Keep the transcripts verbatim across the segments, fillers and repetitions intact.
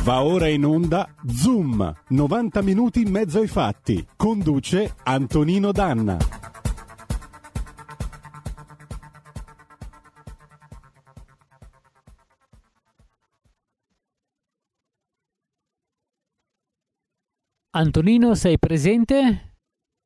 Va ora in onda Zoom, novanta minuti in mezzo ai fatti. Conduce Antonino Danna. Antonino, sei presente?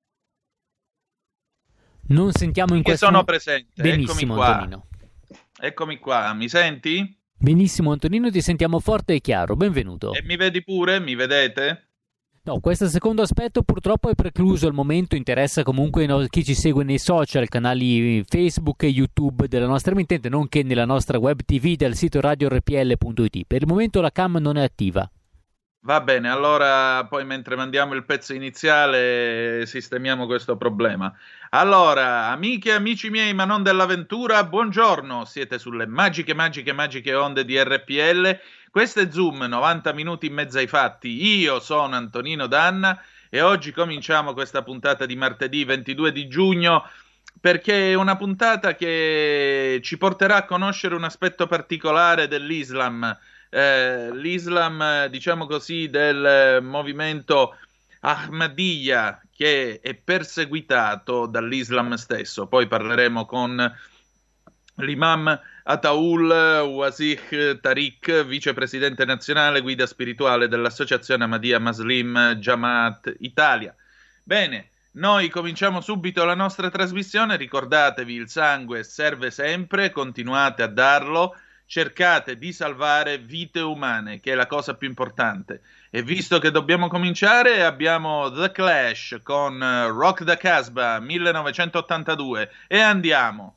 Non sentiamo in Che questo sono momento. presente. Benissimo, Eccomi qua. Antonino. Eccomi qua, mi senti? Benissimo, Antonino, ti sentiamo forte e chiaro. Benvenuto. E mi vedi pure? Mi vedete? No, questo secondo aspetto purtroppo è precluso al momento. Interessa comunque no, chi ci segue nei social, canali Facebook e YouTube della nostra emittente, nonché nella nostra web tivù del sito radio erre pi elle punto it. Per il momento la cam non è attiva. Va bene, allora poi mentre mandiamo il pezzo iniziale sistemiamo questo problema. Allora, amiche e amici miei, ma non dell'avventura, buongiorno, siete sulle magiche, magiche, magiche onde di erre pi elle. Questo è Zoom, novanta minuti in mezzo ai fatti. Io sono Antonino Danna e oggi cominciamo questa puntata di martedì ventidue di giugno perché è una puntata che ci porterà a conoscere un aspetto particolare dell'Islam. Eh, l'Islam, diciamo così, del movimento Ahmadiyya, che è perseguitato dall'Islam stesso. Poi parleremo con l'imam Ataul Wasih Tariq, vicepresidente nazionale, guida spirituale dell'associazione Ahmadiyya Muslim Jamaat Italia. Bene, noi cominciamo subito la nostra trasmissione. Ricordatevi, il sangue serve sempre, continuate a darlo. Cercate di salvare vite umane, che è la cosa più importante. E visto che dobbiamo cominciare, abbiamo The Clash con Rock the Casbah millenovecentottantadue e andiamo.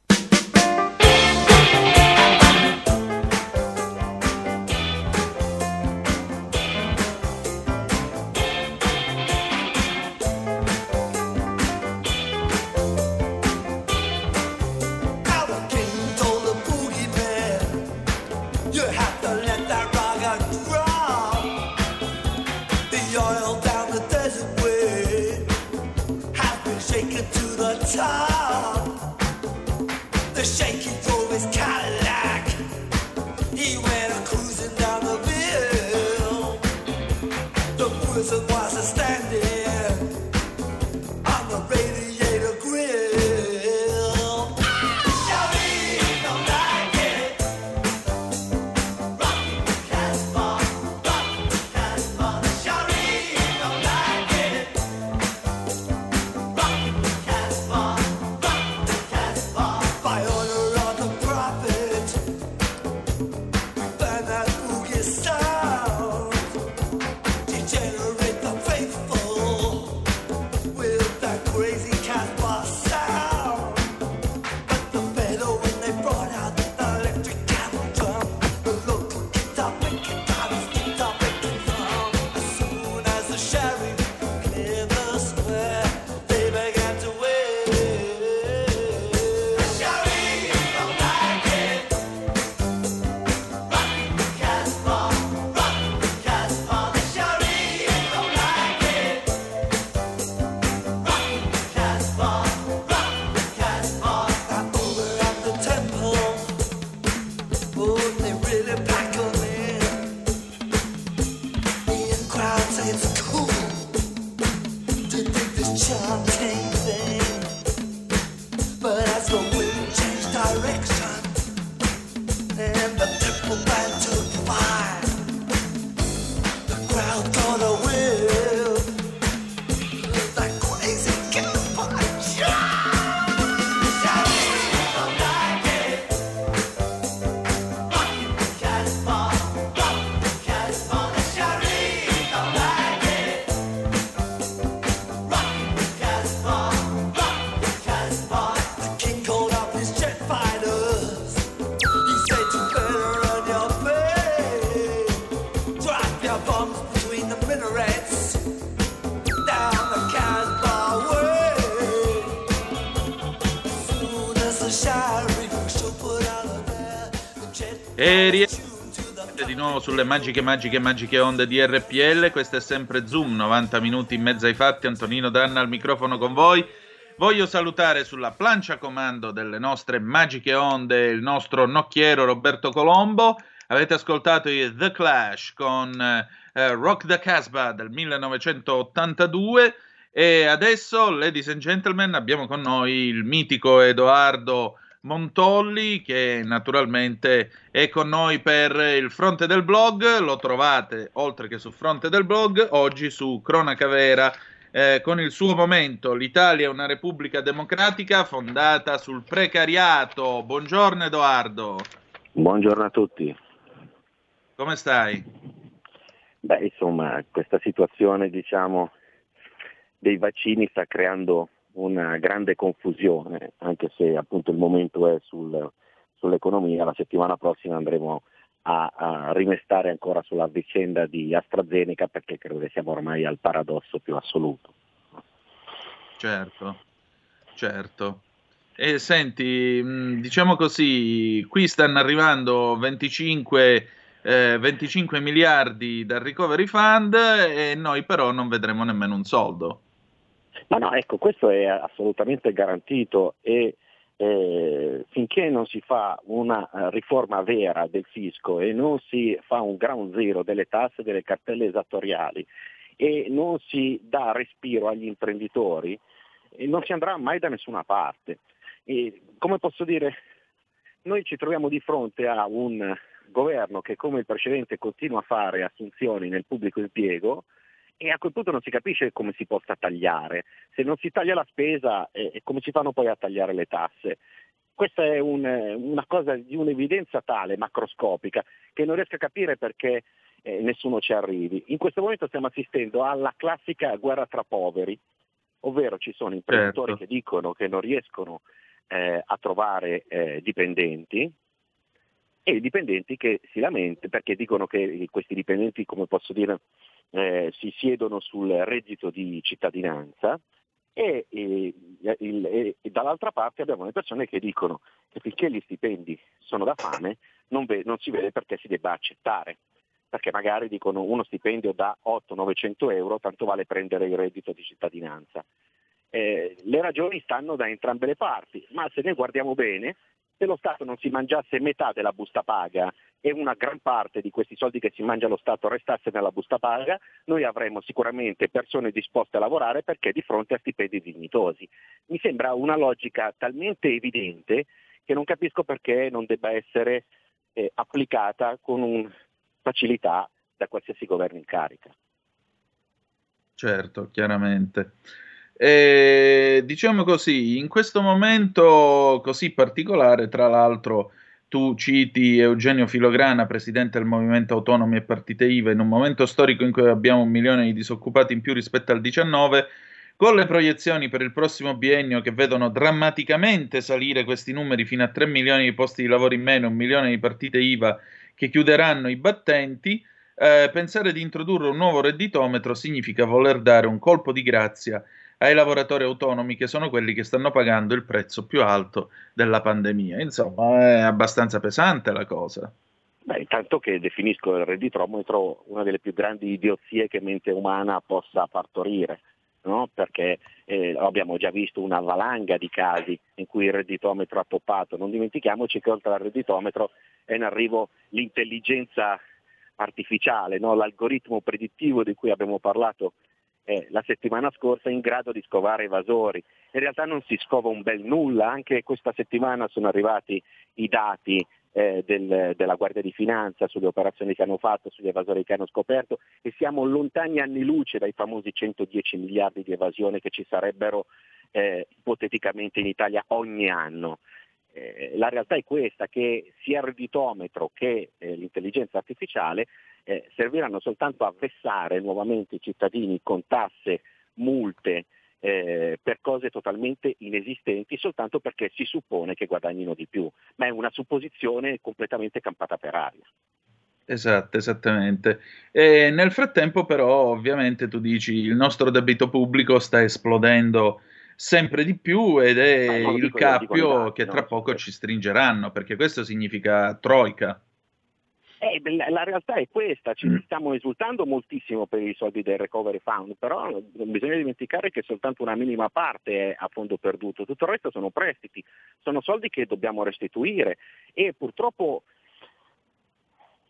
The shaky drove his Cadillac. He went a cruising down the hill. The wizard was a standing on the radiator grill. Shawty don't like it. Rock the Casbah, rock the Casbah. Shawty don't like it. Rock the Casbah. By order of the prophet, burn that boogie sound. Degenerate the faithful with that crazy Casbah sound. But the better when they brought out the electric camel drum, the local guitar picking guitars, guitar picking drum. As soon as the sheriff cleared the square, they began to wave. E rientrate di nuovo sulle magiche, magiche, magiche onde di erre pi elle. Questo è sempre Zoom, novanta minuti in mezzo ai fatti. Antonino Danna al microfono con voi. Voglio salutare sulla plancia comando delle nostre magiche onde il nostro nocchiero Roberto Colombo. Avete ascoltato i The Clash con eh, Rock the Casbah del millenovecentottantadue e adesso, ladies and gentlemen, abbiamo con noi il mitico Edoardo Montolli, che naturalmente è con noi per il Fronte del Blog. Lo trovate, oltre che su Fronte del Blog, oggi su Cronaca Vera, eh, con il suo momento "L'Italia è una repubblica democratica fondata sul precariato". Buongiorno Edoardo. Buongiorno a tutti. Come stai? Beh, insomma, questa situazione, diciamo, dei vaccini sta creando una grande confusione, anche se appunto il momento è sul, sull'economia. La settimana prossima andremo a, a rimestare ancora sulla vicenda di AstraZeneca, perché credo che siamo ormai al paradosso più assoluto. Certo, certo. E senti, mh, diciamo così, qui stanno arrivando venticinque, eh, venticinque miliardi dal Recovery Fund e noi però non vedremo nemmeno un soldo. Ma no, ecco, questo è assolutamente garantito e eh, finché non si fa una uh, riforma vera del fisco e non si fa un ground zero delle tasse, delle cartelle esattoriali e non si dà respiro agli imprenditori, eh, non si andrà mai da nessuna parte. E, come posso dire, noi ci troviamo di fronte a un governo che, come il precedente, continua a fare assunzioni nel pubblico impiego, e a quel punto non si capisce come si possa tagliare. Se non si taglia la spesa, eh, come si fanno poi a tagliare le tasse? Questa è un, una cosa di un'evidenza tale, macroscopica, che non riesco a capire perché eh, nessuno ci arrivi. In questo momento stiamo assistendo alla classica guerra tra poveri, ovvero ci sono imprenditori Certo. che dicono che non riescono eh, a trovare eh, dipendenti, e i dipendenti che si lamentano perché dicono che questi dipendenti, come posso dire, eh, si siedono sul reddito di cittadinanza e, e, il, e, e dall'altra parte abbiamo le persone che dicono che finché gli stipendi sono da fame non, ve, non si vede perché si debba accettare, perché magari dicono uno stipendio da ottocento novecento euro, tanto vale prendere il reddito di cittadinanza. Eh, le ragioni stanno da entrambe le parti, ma se ne guardiamo bene, se lo Stato non si mangiasse metà della busta paga e una gran parte di questi soldi che si mangia lo Stato restasse nella busta paga, noi avremmo sicuramente persone disposte a lavorare perché di fronte a stipendi dignitosi. Mi sembra una logica talmente evidente che non capisco perché non debba essere eh, applicata con un facilità da qualsiasi governo in carica. Certo, chiaramente. E, diciamo così, in questo momento così particolare, tra l'altro, tu citi Eugenio Filograna, presidente del Movimento Autonomi e Partite I V A, in un momento storico in cui abbiamo un milione di disoccupati in più rispetto al diciannove, con le proiezioni per il prossimo biennio che vedono drammaticamente salire questi numeri fino a tre milioni di posti di lavoro in meno, un milione di partite I V A che chiuderanno i battenti. Eh, pensare di introdurre un nuovo redditometro significa voler dare un colpo di grazia ai lavoratori autonomi, che sono quelli che stanno pagando il prezzo più alto della pandemia. Insomma, è abbastanza pesante la cosa. Beh, intanto che definisco il redditometro una delle più grandi idiozie che mente umana possa partorire, no? Perché eh, abbiamo già visto una valanga di casi in cui il redditometro ha toppato. Non dimentichiamoci che oltre al redditometro è in arrivo l'intelligenza artificiale, no? L'algoritmo predittivo di cui abbiamo parlato eh, la settimana scorsa, in grado di scovare evasori. In realtà non si scova un bel nulla, anche questa settimana sono arrivati i dati eh, del, della Guardia di Finanza sulle operazioni che hanno fatto, sugli evasori che hanno scoperto, e siamo lontani anni luce dai famosi centodieci miliardi di evasione che ci sarebbero eh, ipoteticamente in Italia ogni anno. Eh, la realtà è questa, che sia il redditometro che eh, l'intelligenza artificiale eh, serviranno soltanto a vessare nuovamente i cittadini con tasse, multe eh, per cose totalmente inesistenti, soltanto perché si suppone che guadagnino di più, ma è una supposizione completamente campata per aria. Esatto, esattamente. E nel frattempo però ovviamente tu dici il nostro debito pubblico sta esplodendo sempre di più ed è Eh, non lo il dico io, lo dicono i cappio dati, che no? tra poco ci stringeranno, perché questo significa troika. Eh, la realtà è questa, ci stiamo esultando moltissimo per i soldi del Recovery Fund, però non bisogna dimenticare che soltanto una minima parte è a fondo perduto, tutto il resto sono prestiti, sono soldi che dobbiamo restituire e purtroppo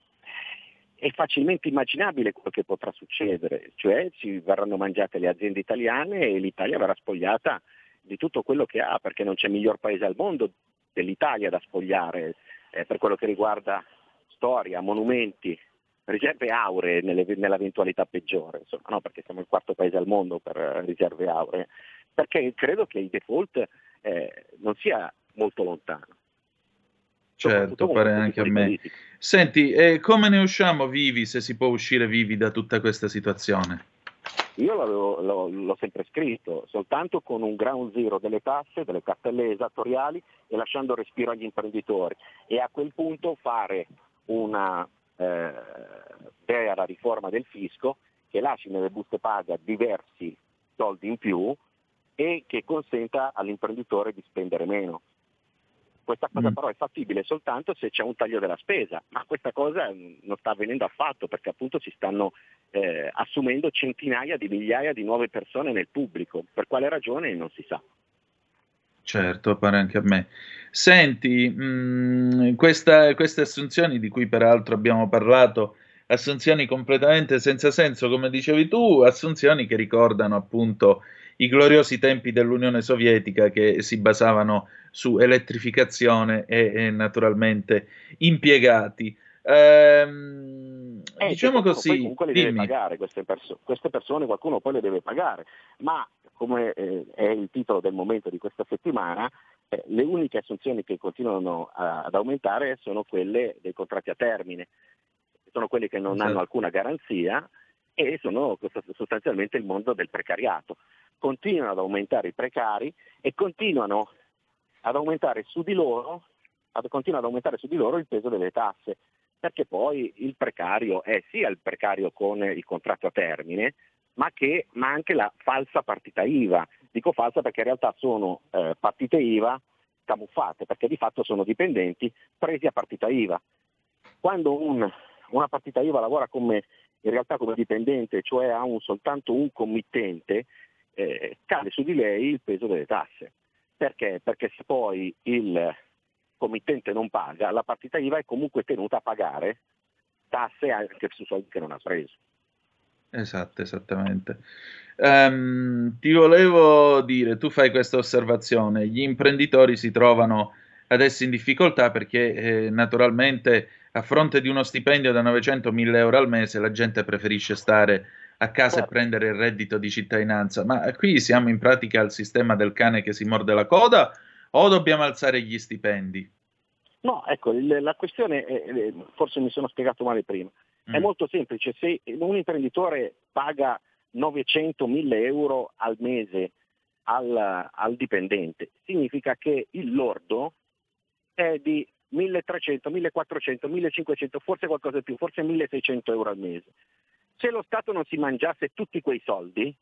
è facilmente immaginabile quello che potrà succedere, cioè ci verranno mangiate le aziende italiane e l'Italia verrà spogliata di tutto quello che ha, perché non c'è miglior paese al mondo dell'Italia da spogliare eh, per quello che riguarda storia, monumenti, riserve auree nelle, nell'eventualità peggiore, insomma, no, perché siamo il quarto paese al mondo per eh, riserve auree, perché credo che il default eh, non sia molto lontano. Certo, pare anche a me. Senti, e come ne usciamo vivi, se si può uscire vivi da tutta questa situazione? Io l'avevo, l'ho, l'ho sempre scritto, soltanto con un ground zero delle tasse, delle cartelle esattoriali e lasciando respiro agli imprenditori, e a quel punto fare una eh, vera riforma del fisco che lasci nelle buste paga diversi soldi in più e che consenta all'imprenditore di spendere meno. Questa cosa Mm. però è fattibile soltanto se c'è un taglio della spesa, ma questa cosa non sta avvenendo affatto, perché appunto si stanno eh, assumendo centinaia di migliaia di nuove persone nel pubblico. Per quale ragione non si sa. Certo, pare anche a me. Senti, mh, questa- queste assunzioni di cui peraltro abbiamo parlato, assunzioni completamente senza senso, come dicevi tu, assunzioni che ricordano appunto i gloriosi tempi dell'Unione Sovietica che si basavano su elettrificazione e, e naturalmente impiegati. Ehm, Eh, diciamo che qualcuno poi così, comunque le deve dimmi. pagare queste, perso- queste persone, qualcuno poi le deve pagare, ma come eh, è il titolo del momento di questa settimana, eh, le uniche assunzioni che continuano a- ad aumentare sono quelle dei contratti a termine, sono quelli che non Esatto. hanno alcuna garanzia e sono sostanzialmente il mondo del precariato. Continuano ad aumentare i precari e continuano ad aumentare su di loro, ad, continua ad aumentare su di loro il peso delle tasse, perché poi il precario è sia il precario con il contratto a termine, ma, che, ma anche la falsa partita I V A. Dico falsa perché in realtà sono eh, partite I V A camuffate, perché di fatto sono dipendenti presi a partita I V A. Quando un, una partita I V A lavora come, in realtà come dipendente, cioè ha un, soltanto un committente, eh, cade su di lei il peso delle tasse. Perché? Perché se poi il committente non paga, la partita I V A è comunque tenuta a pagare tasse anche su soldi che non ha preso. Esatto, esattamente. Ehm, ti volevo dire, tu fai questa osservazione, gli imprenditori si trovano adesso in difficoltà perché eh, naturalmente a fronte di uno stipendio da novecento-mille euro al mese la gente preferisce stare a casa e Certo. prendere il reddito di cittadinanza, ma qui siamo in pratica al sistema del cane che si morde la coda o dobbiamo alzare gli stipendi? No, ecco, il- la questione, è, è- forse mi sono spiegato male prima, è Mm. molto semplice. Se un imprenditore paga novecento-mille euro al mese al, al dipendente, significa che il lordo è di milletrecento, millequattrocento, millecinquecento, forse qualcosa di più, forse milleseicento euro al mese. Se lo Stato non si mangiasse tutti quei soldi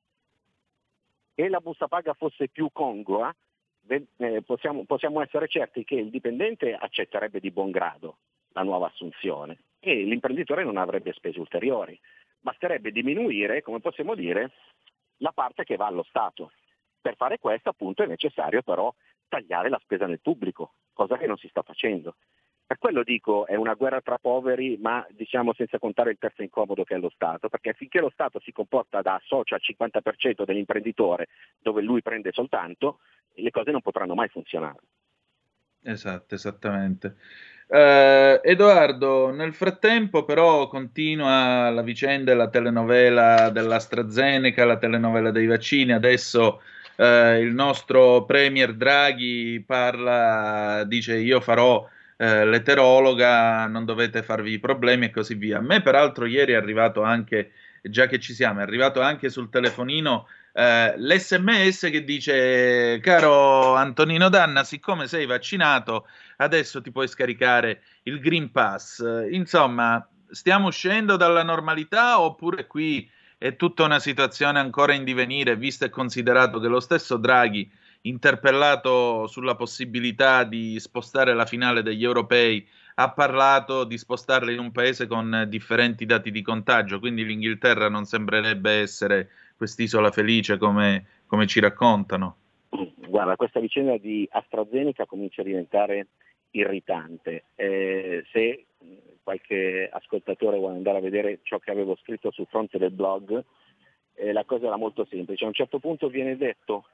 e la busta paga fosse più congrua, ve- eh, possiamo, possiamo essere certi che il dipendente accetterebbe di buon grado la nuova assunzione e l'imprenditore non avrebbe spese ulteriori. Basterebbe diminuire, come possiamo dire, la parte che va allo Stato. Per fare questo appunto è necessario però tagliare la spesa nel pubblico, cosa che non si sta facendo. Per quello dico è una guerra tra poveri, ma diciamo senza contare il terzo incomodo che è lo Stato, perché finché lo Stato si comporta da socio al cinquanta per cento dell'imprenditore, dove lui prende soltanto, le cose non potranno mai funzionare. Esatto, esattamente. Eh, Edoardo, nel frattempo però continua la vicenda, la telenovela dell'AstraZeneca, la telenovela dei vaccini. Adesso eh, il nostro premier Draghi parla, dice io farò eh, l'eterologa, non dovete farvi problemi e così via. A me peraltro ieri è arrivato anche, già che ci siamo, è arrivato anche sul telefonino eh, l'esse emme esse che dice caro Antonino Danna, siccome sei vaccinato adesso ti puoi scaricare il Green Pass. Insomma, stiamo uscendo dalla normalità oppure qui è tutta una situazione ancora in divenire, visto e considerato che lo stesso Draghi, interpellato sulla possibilità di spostare la finale degli europei, ha parlato di spostarla in un paese con differenti dati di contagio, quindi l'Inghilterra non sembrerebbe essere quest'isola felice come, come ci raccontano. Guarda, questa vicenda di AstraZeneca comincia a diventare irritante. Eh, se qualche ascoltatore vuole andare a vedere ciò che avevo scritto sul fronte del blog, eh, la cosa era molto semplice. A un certo punto viene detto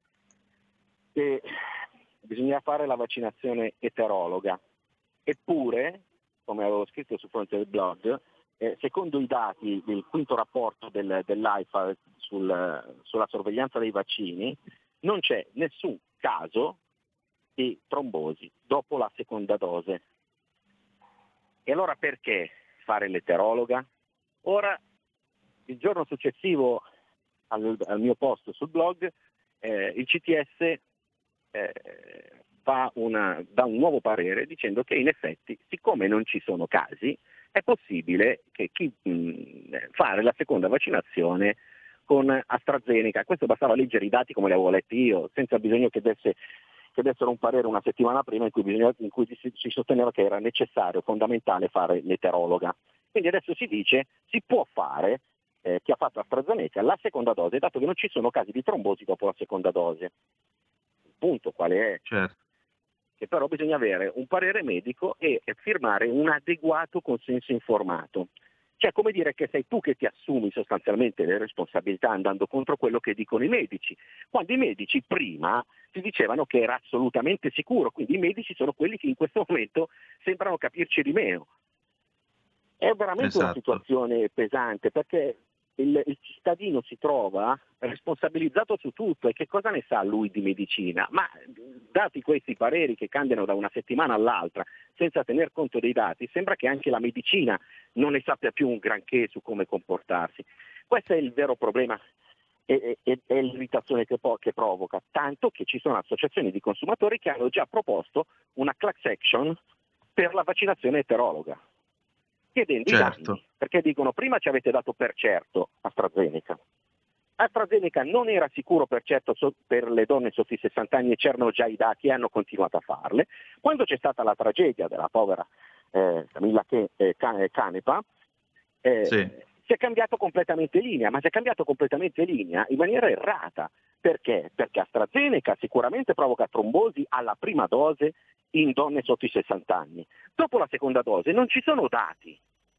che bisogna fare la vaccinazione eterologa, eppure, come avevo scritto sul fronte del blog, eh, secondo i dati del quinto rapporto del, dell'AIFA sul, sulla sorveglianza dei vaccini, non c'è nessun caso di trombosi dopo la seconda dose. E allora perché fare l'eterologa? Ora, il giorno successivo al, al mio post sul blog, eh, il C T S eh, fa una, dà un nuovo parere dicendo che in effetti, siccome non ci sono casi, è possibile che chi, mh, fare la seconda vaccinazione con AstraZeneca. Questo bastava leggere i dati come li avevo letti io, senza bisogno che desse che dessero un parere una settimana prima in cui, bisogna, in cui si, si sosteneva che era necessario, fondamentale fare l'eterologa. Quindi adesso si dice si può fare, eh, chi ha fatto AstraZeneca, la seconda dose, dato che non ci sono casi di trombosi dopo la seconda dose. Il punto quale è? Certo. Che però bisogna avere un parere medico e, e firmare un adeguato consenso informato. Cioè, come dire che sei tu che ti assumi sostanzialmente le responsabilità andando contro quello che dicono i medici, quando i medici prima si dicevano che era assolutamente sicuro, quindi i medici sono quelli che in questo momento sembrano capirci di meno. È veramente Esatto. una situazione pesante, perché il, il cittadino si trova responsabilizzato su tutto, e che cosa ne sa lui di medicina? Ma dati questi pareri che cambiano da una settimana all'altra senza tener conto dei dati, sembra che anche la medicina non ne sappia più un granché su come comportarsi. Questo è il vero problema e, e, e l'irritazione che, po- che provoca, tanto che ci sono associazioni di consumatori che hanno già proposto una class action per la vaccinazione eterologa, chiedendo Certo. i danni, perché dicono prima ci avete dato per certo AstraZeneca. AstraZeneca non era sicuro per certo so- per le donne sotto i sessanta anni e c'erano già i dati e hanno continuato a farle. Quando c'è stata la tragedia della povera eh, Camilla Ke- eh, Can- Canepa, eh, Sì. si è cambiato completamente linea, ma si è cambiato completamente linea in maniera errata. Perché? Perché AstraZeneca sicuramente provoca trombosi alla prima dose in donne sotto i sessanta anni. Dopo la seconda dose non ci sono dati.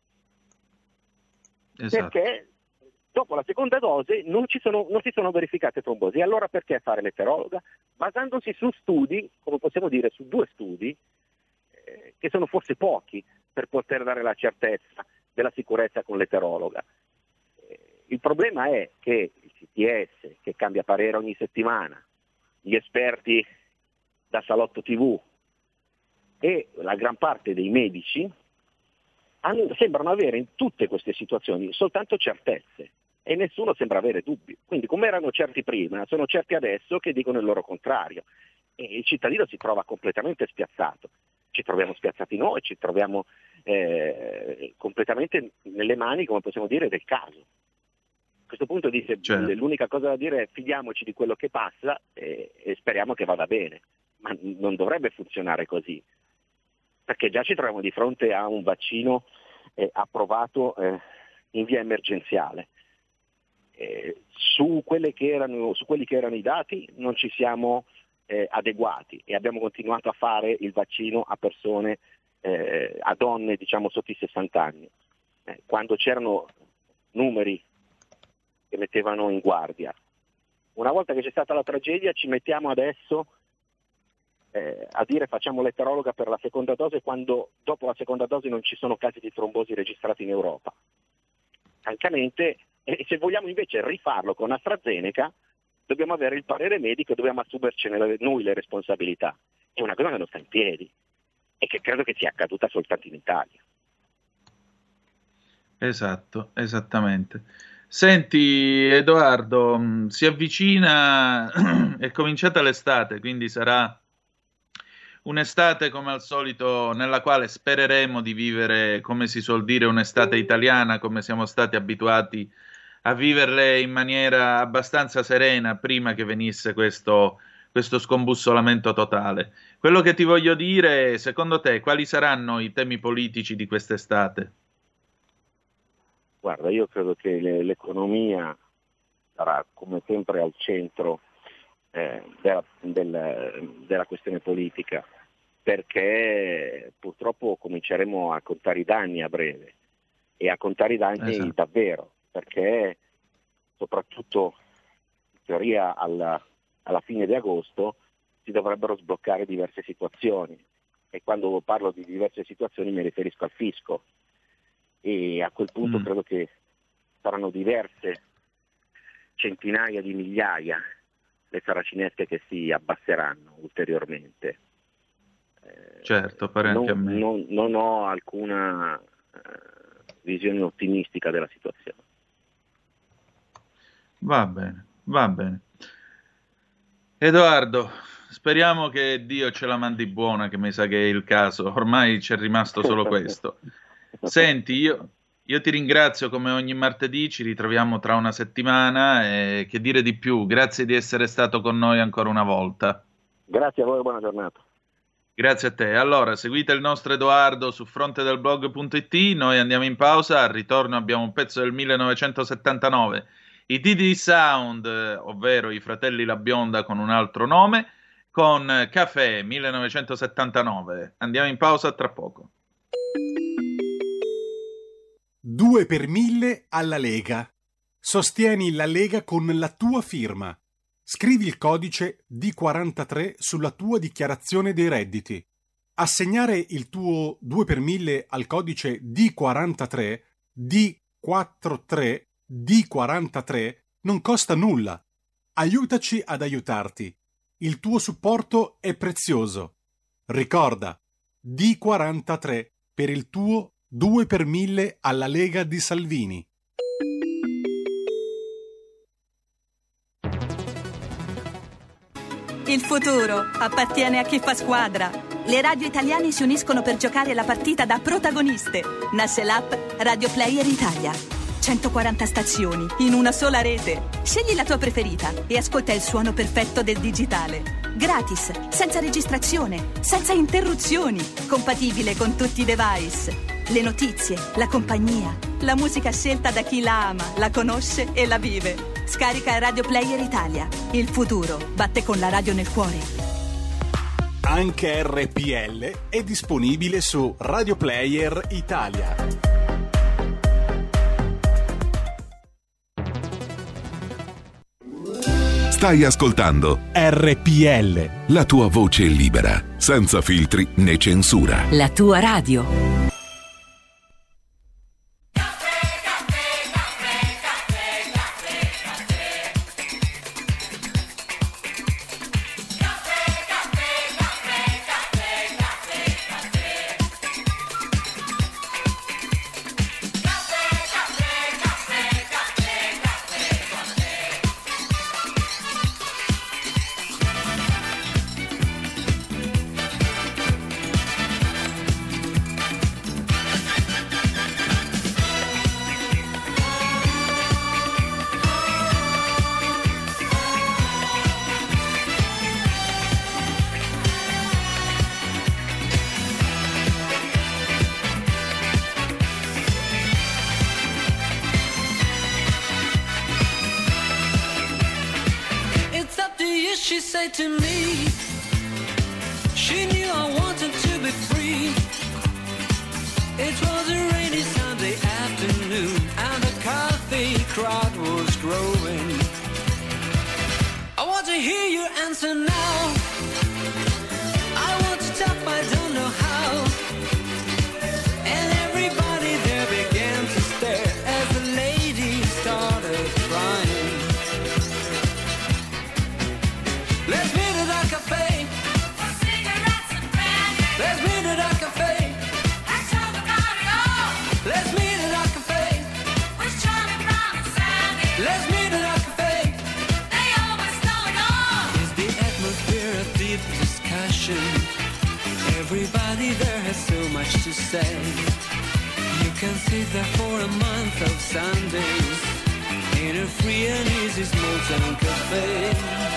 Esatto. Perché dopo la seconda dose non, ci sono, non si sono verificate trombosi. E allora perché fare l'eterologa? Basandosi su studi, come possiamo dire, su due studi, eh, che sono forse pochi per poter dare la certezza della sicurezza con l'eterologa. Eh, il problema è che il C T S, che cambia parere ogni settimana, gli esperti da salotto tivù e la gran parte dei medici hanno, sembrano avere in tutte queste situazioni soltanto certezze e nessuno sembra avere dubbi. Quindi, come erano certi prima, sono certi adesso che dicono il loro contrario, e il cittadino si trova completamente spiazzato. Ci troviamo spiazzati noi, ci troviamo eh, completamente nelle mani, come possiamo dire, del caso. A questo punto dice, Certo. l'unica cosa da dire è fidiamoci di quello che passa e, e speriamo che vada bene, ma non dovrebbe funzionare così, perché già ci troviamo di fronte a un vaccino eh, approvato eh, in via emergenziale. Eh, su, quelle che erano, su quelli che erano i dati non ci siamo eh, adeguati e abbiamo continuato a fare il vaccino a persone, eh, a donne diciamo sotto i sessanta anni, eh, quando c'erano numeri che mettevano in guardia. Una volta che c'è stata la tragedia ci mettiamo adesso eh, a dire facciamo l'eterologa per la seconda dose quando dopo la seconda dose non ci sono casi di trombosi registrati in Europa. Francamente, e se vogliamo invece rifarlo con AstraZeneca, dobbiamo avere il parere medico e dobbiamo assumercene noi le responsabilità. È una cosa che non sta in piedi e che credo che sia accaduta soltanto in Italia. Esatto, esattamente. Senti, Edoardo, mh, si avvicina, è cominciata l'estate, quindi sarà un'estate come al solito nella quale spereremo di vivere, come si suol dire, un'estate italiana, come siamo stati abituati a viverle in maniera abbastanza serena prima che venisse questo, questo scombussolamento totale. Quello che ti voglio dire, secondo te, quali saranno i temi politici di quest'estate? Guarda, io credo che le- l'economia sarà come sempre al centro eh, della, del- della questione politica, perché purtroppo, come cominceremo a contare i danni a breve, e a contare i danni esatto. davvero, perché soprattutto in teoria alla, alla fine di agosto si dovrebbero sbloccare diverse situazioni, e quando parlo di diverse situazioni mi riferisco al fisco, e a quel punto mm. credo che saranno diverse centinaia di migliaia le saracinesche che si abbasseranno ulteriormente. Certo, pare non, anche a me. Non, non ho alcuna eh, visione ottimistica della situazione. Va bene, va bene. Edoardo, speriamo che Dio ce la mandi buona, che mi sa che è il caso. Ormai c'è rimasto solo questo. Senti, io, io ti ringrazio come ogni martedì, ci ritroviamo tra una settimana e che dire di più. Grazie di essere stato con noi ancora una volta. Grazie a voi, buona giornata. Grazie a te. Allora, seguite il nostro Edoardo su frontedelblog punto it. Noi andiamo in pausa. Al ritorno abbiamo un pezzo del millenovecentosettantanove. I D D Sound, ovvero i Fratelli La Bionda con un altro nome, con Café millenovecentosettantanove. Andiamo in pausa tra poco. due per mille alla Lega. Sostieni la Lega con la tua firma. Scrivi il codice D quarantatré sulla tua dichiarazione dei redditi. Assegnare il tuo due per mille al codice D quarantatré, D quarantatré, D quarantatré non costa nulla. Aiutaci ad aiutarti. Il tuo supporto è prezioso. Ricorda, D quarantatré per il tuo due per mille alla Lega di Salvini. Il futuro appartiene a chi fa squadra. Le radio italiane si uniscono per giocare la partita da protagoniste. Nasce l'app Radio Player Italia. centoquaranta stazioni in una sola rete. Scegli la tua preferita e ascolta il suono perfetto del digitale. Gratis, senza registrazione, senza interruzioni. Compatibile con tutti i device. Le notizie, la compagnia, la musica scelta da chi la ama, la conosce e la vive. Scarica Radio Player Italia. Il futuro batte con la radio nel cuore. Anche R P L è disponibile su Radio Player Italia. Stai ascoltando R P L, la tua voce libera, senza filtri né censura. La tua radio. She said to me, she knew I wanted to be free. It was a rainy Sunday afternoon and the coffee crowd was growing. I want to hear your answer now. I want to talk but I don't know how. And everybody there began to stare as the lady started crying. Let's meet at a cafe. For cigarettes and candy. Let's meet at a cafe. And show the party on. Let's meet at a cafe. With Charlie Brown and Sandy. Let's meet at a cafe. They always know it all. It's the atmosphere of deep discussion. Everybody there has so much to say. You can sit there for a month of Sundays in a free and easy small town cafe.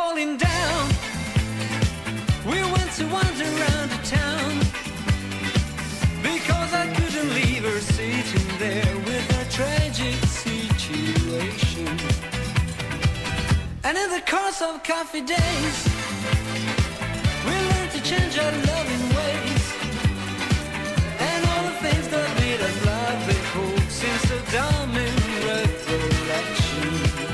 falling down. We went to wander around the town because I couldn't leave her sitting there with her tragic situation. And in the course of coffee days, we learned to change our loving ways, and all the things that made us love before seem so dumb in recollection.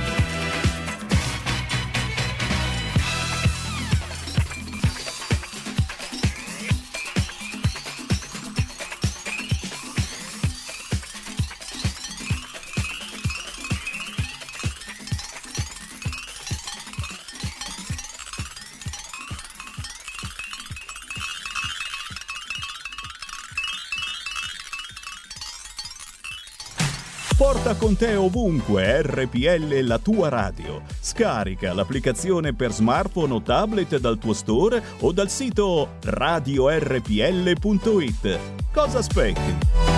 Porta con te ovunque R P L, la tua radio. Scarica l'applicazione per smartphone o tablet dal tuo store o dal sito radio r p l punto i t. Cosa aspetti?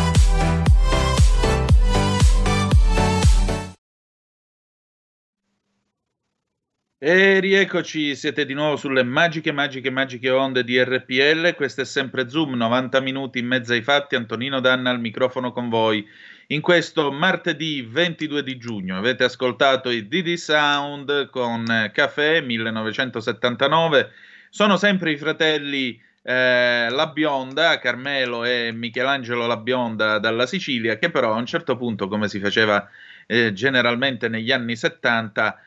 E rieccoci, siete di nuovo sulle magiche, magiche, magiche onde di R P L. Questo è sempre Zoom, novanta minuti in mezzo ai fatti. Antonino Danna al microfono con voi. In questo martedì ventidue di giugno avete ascoltato i D D Sound con Café millenovecentosettantanove. Sono sempre i fratelli eh, La Bionda, Carmelo e Michelangelo La Bionda dalla Sicilia, che però a un certo punto, come si faceva eh, generalmente negli anni settanta,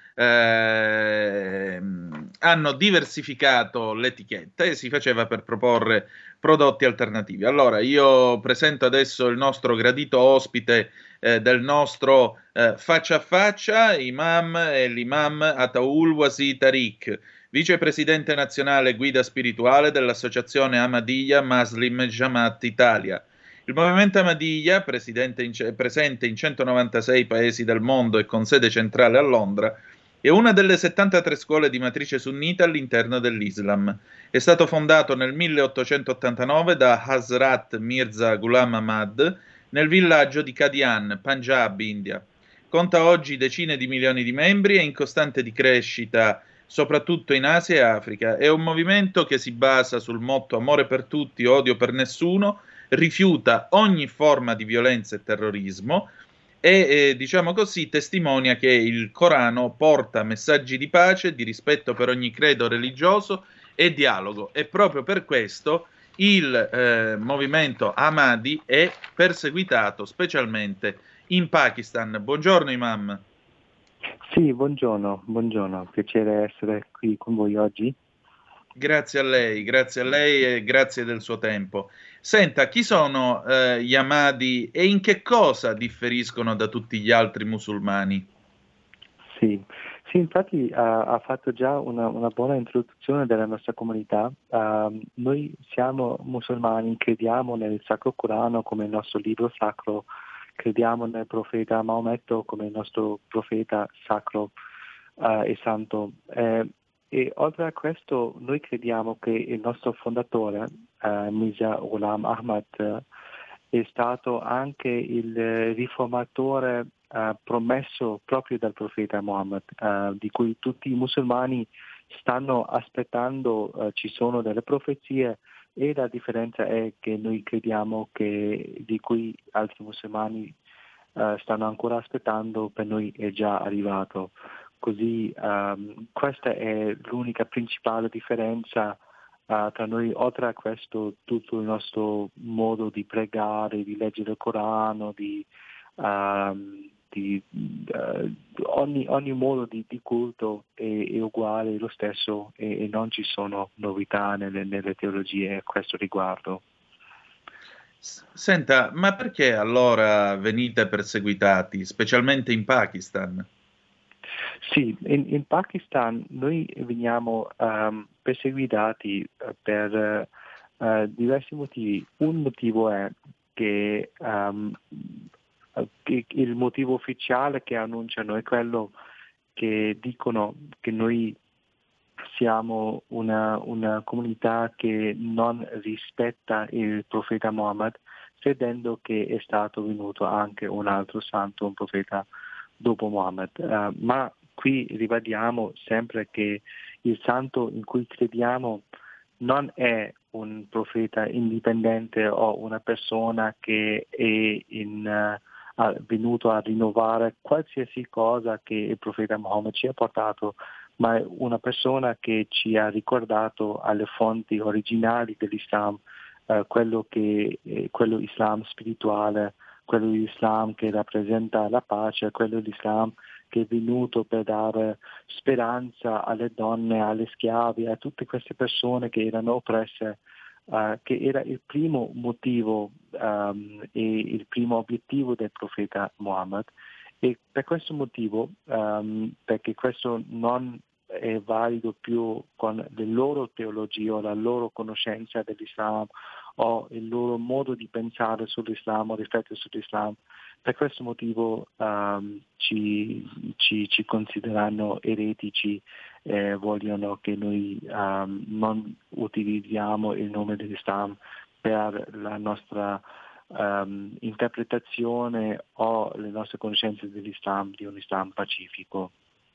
eh, hanno diversificato l'etichetta e si faceva per proporre prodotti alternativi. Allora io presento adesso il nostro gradito ospite eh, del nostro eh, faccia a faccia, Imam e l'Imam Ataul Wasi Tariq, vicepresidente nazionale guida spirituale dell'associazione Ahmadiyya Muslim Jamaat Italia. Il movimento Ahmadiyya, presente in, presente in centonovantasei paesi del mondo e con sede centrale a Londra, è una delle settantatré scuole di matrice sunnita all'interno dell'Islam. È stato fondato nel milleottocentottantanove da Hazrat Mirza Ghulam Ahmad nel villaggio di Qadian, Punjab, India. Conta oggi decine di milioni di membri e in costante di crescita, soprattutto in Asia e Africa. È un movimento che si basa sul motto amore per tutti, odio per nessuno, rifiuta ogni forma di violenza e terrorismo e, eh, diciamo così, testimonia che il Corano porta messaggi di pace, di rispetto per ogni credo religioso e dialogo. E proprio per questo il eh, movimento Ahmadi è perseguitato specialmente in Pakistan. Buongiorno Imam. Sì, buongiorno, buongiorno, piacere essere qui con voi oggi. Grazie a lei, grazie a lei e grazie del suo tempo. Senta, chi sono eh, gli Ahmadi e in che cosa differiscono da tutti gli altri musulmani? Sì, sì infatti uh, ha fatto già una, una buona introduzione della nostra comunità. Uh, noi siamo musulmani, crediamo nel Sacro Corano come il nostro libro sacro, crediamo nel profeta Maometto come il nostro profeta sacro uh, e santo. Eh, E oltre a questo noi crediamo che il nostro fondatore, uh, Mirza Ghulam Ahmad, uh, è stato anche il riformatore uh, promesso proprio dal profeta Muhammad, uh, di cui tutti i musulmani stanno aspettando. Uh, ci sono delle profezie e la differenza è che noi crediamo che di cui altri musulmani uh, stanno ancora aspettando, per noi è già arrivato. Così um, questa è l'unica principale differenza uh, tra noi. Oltre a questo, tutto il nostro modo di pregare, di leggere il Corano, di, um, di uh, ogni, ogni modo di, di culto è, è uguale, lo stesso, e, e non ci sono novità nelle, nelle teologie a questo riguardo. Senta, ma perché allora venite perseguitati, specialmente in Pakistan? Sì, in, in Pakistan noi veniamo um, perseguitati per uh, diversi motivi. Un motivo è che, um, che il motivo ufficiale che annunciano è quello che dicono che noi siamo una, una comunità che non rispetta il profeta Muhammad, credendo che è stato venuto anche un altro santo, un profeta dopo Muhammad. Uh, ma qui ribadiamo sempre che il santo in cui crediamo non è un profeta indipendente o una persona che è in, uh, venuto a rinnovare qualsiasi cosa che il profeta Muhammad ci ha portato, ma è una persona che ci ha ricordato alle fonti originali dell'Islam, uh, quello che è quello Islam spirituale, quello Islam che rappresenta la pace, quello Islam che è venuto per dare speranza alle donne, alle schiavi, a tutte queste persone che erano oppresse, uh, che era il primo motivo um, e il primo obiettivo del profeta Muhammad. E per questo motivo, um, perché questo non è valido più con le loro teologie o la loro conoscenza dell'Islam o il loro modo di pensare sull'Islam o riflettere sull'Islam, per questo motivo um, ci, ci, ci considerano eretici, eh, vogliono che noi um, non utilizziamo il nome dell'Islam per la nostra um, interpretazione o le nostre conoscenze dell'Islam, di un Islam pacifico.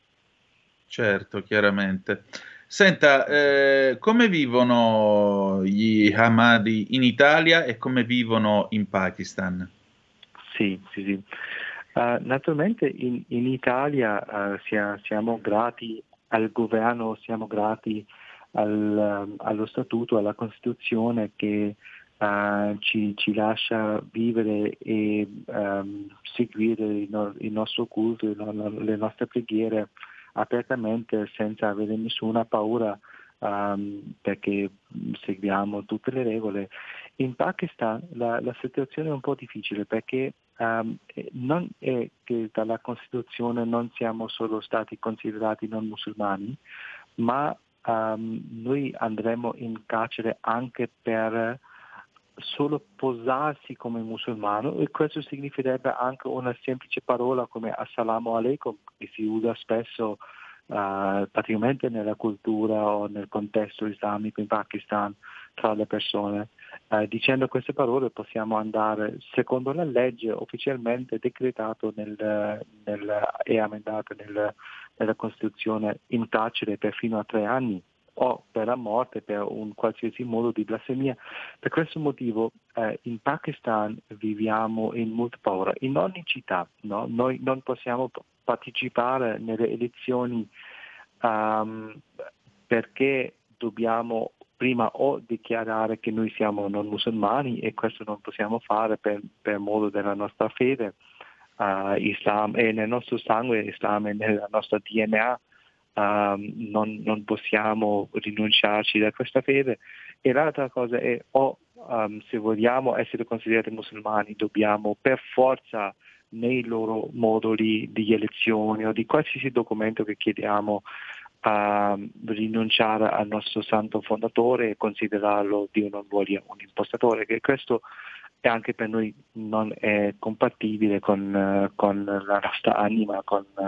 Certo, chiaramente. Senta, eh, come vivono gli Ahmadi in Italia e come vivono in Pakistan? Sì, sì, sì. Uh, naturalmente in, in Italia uh, sia, siamo grati al governo, siamo grati al, um, allo statuto, alla Costituzione che uh, ci, ci lascia vivere e um, seguire il, no, il nostro culto, le nostre preghiere apertamente senza avere nessuna paura, um, perché seguiamo tutte le regole. In Pakistan la, la situazione è un po' difficile perché um, non è che dalla Costituzione non siamo solo stati considerati non musulmani, ma um, noi andremo in carcere anche per solo posarsi come musulmano, e questo significherebbe anche una semplice parola come assalamu alaikum, che si usa spesso uh, praticamente nella cultura o nel contesto islamico in Pakistan tra le persone. Uh, dicendo queste parole possiamo andare, secondo la legge ufficialmente decretato nel, nel, e amendato nel, nella Costituzione, in carcere per fino a tre anni o per la morte per un qualsiasi modo di blasfemia. Per questo motivo eh, in Pakistan viviamo in molta paura, in ogni città, no? Noi non possiamo partecipare nelle elezioni um, perché dobbiamo prima o dichiarare che noi siamo non musulmani, e questo non possiamo fare per, per modo della nostra fede. Uh, Islam è nel nostro sangue, Islam è nella nostra D N A. Um, non, non possiamo rinunciarci da questa fede. E l'altra cosa è, o um, se vogliamo essere considerati musulmani dobbiamo per forza nei loro moduli di elezioni o di qualsiasi documento che chiediamo um, rinunciare al nostro santo fondatore e considerarlo Dio non voglia un impostatore, che questo è anche per noi non è compatibile con, uh, con la nostra anima, con uh,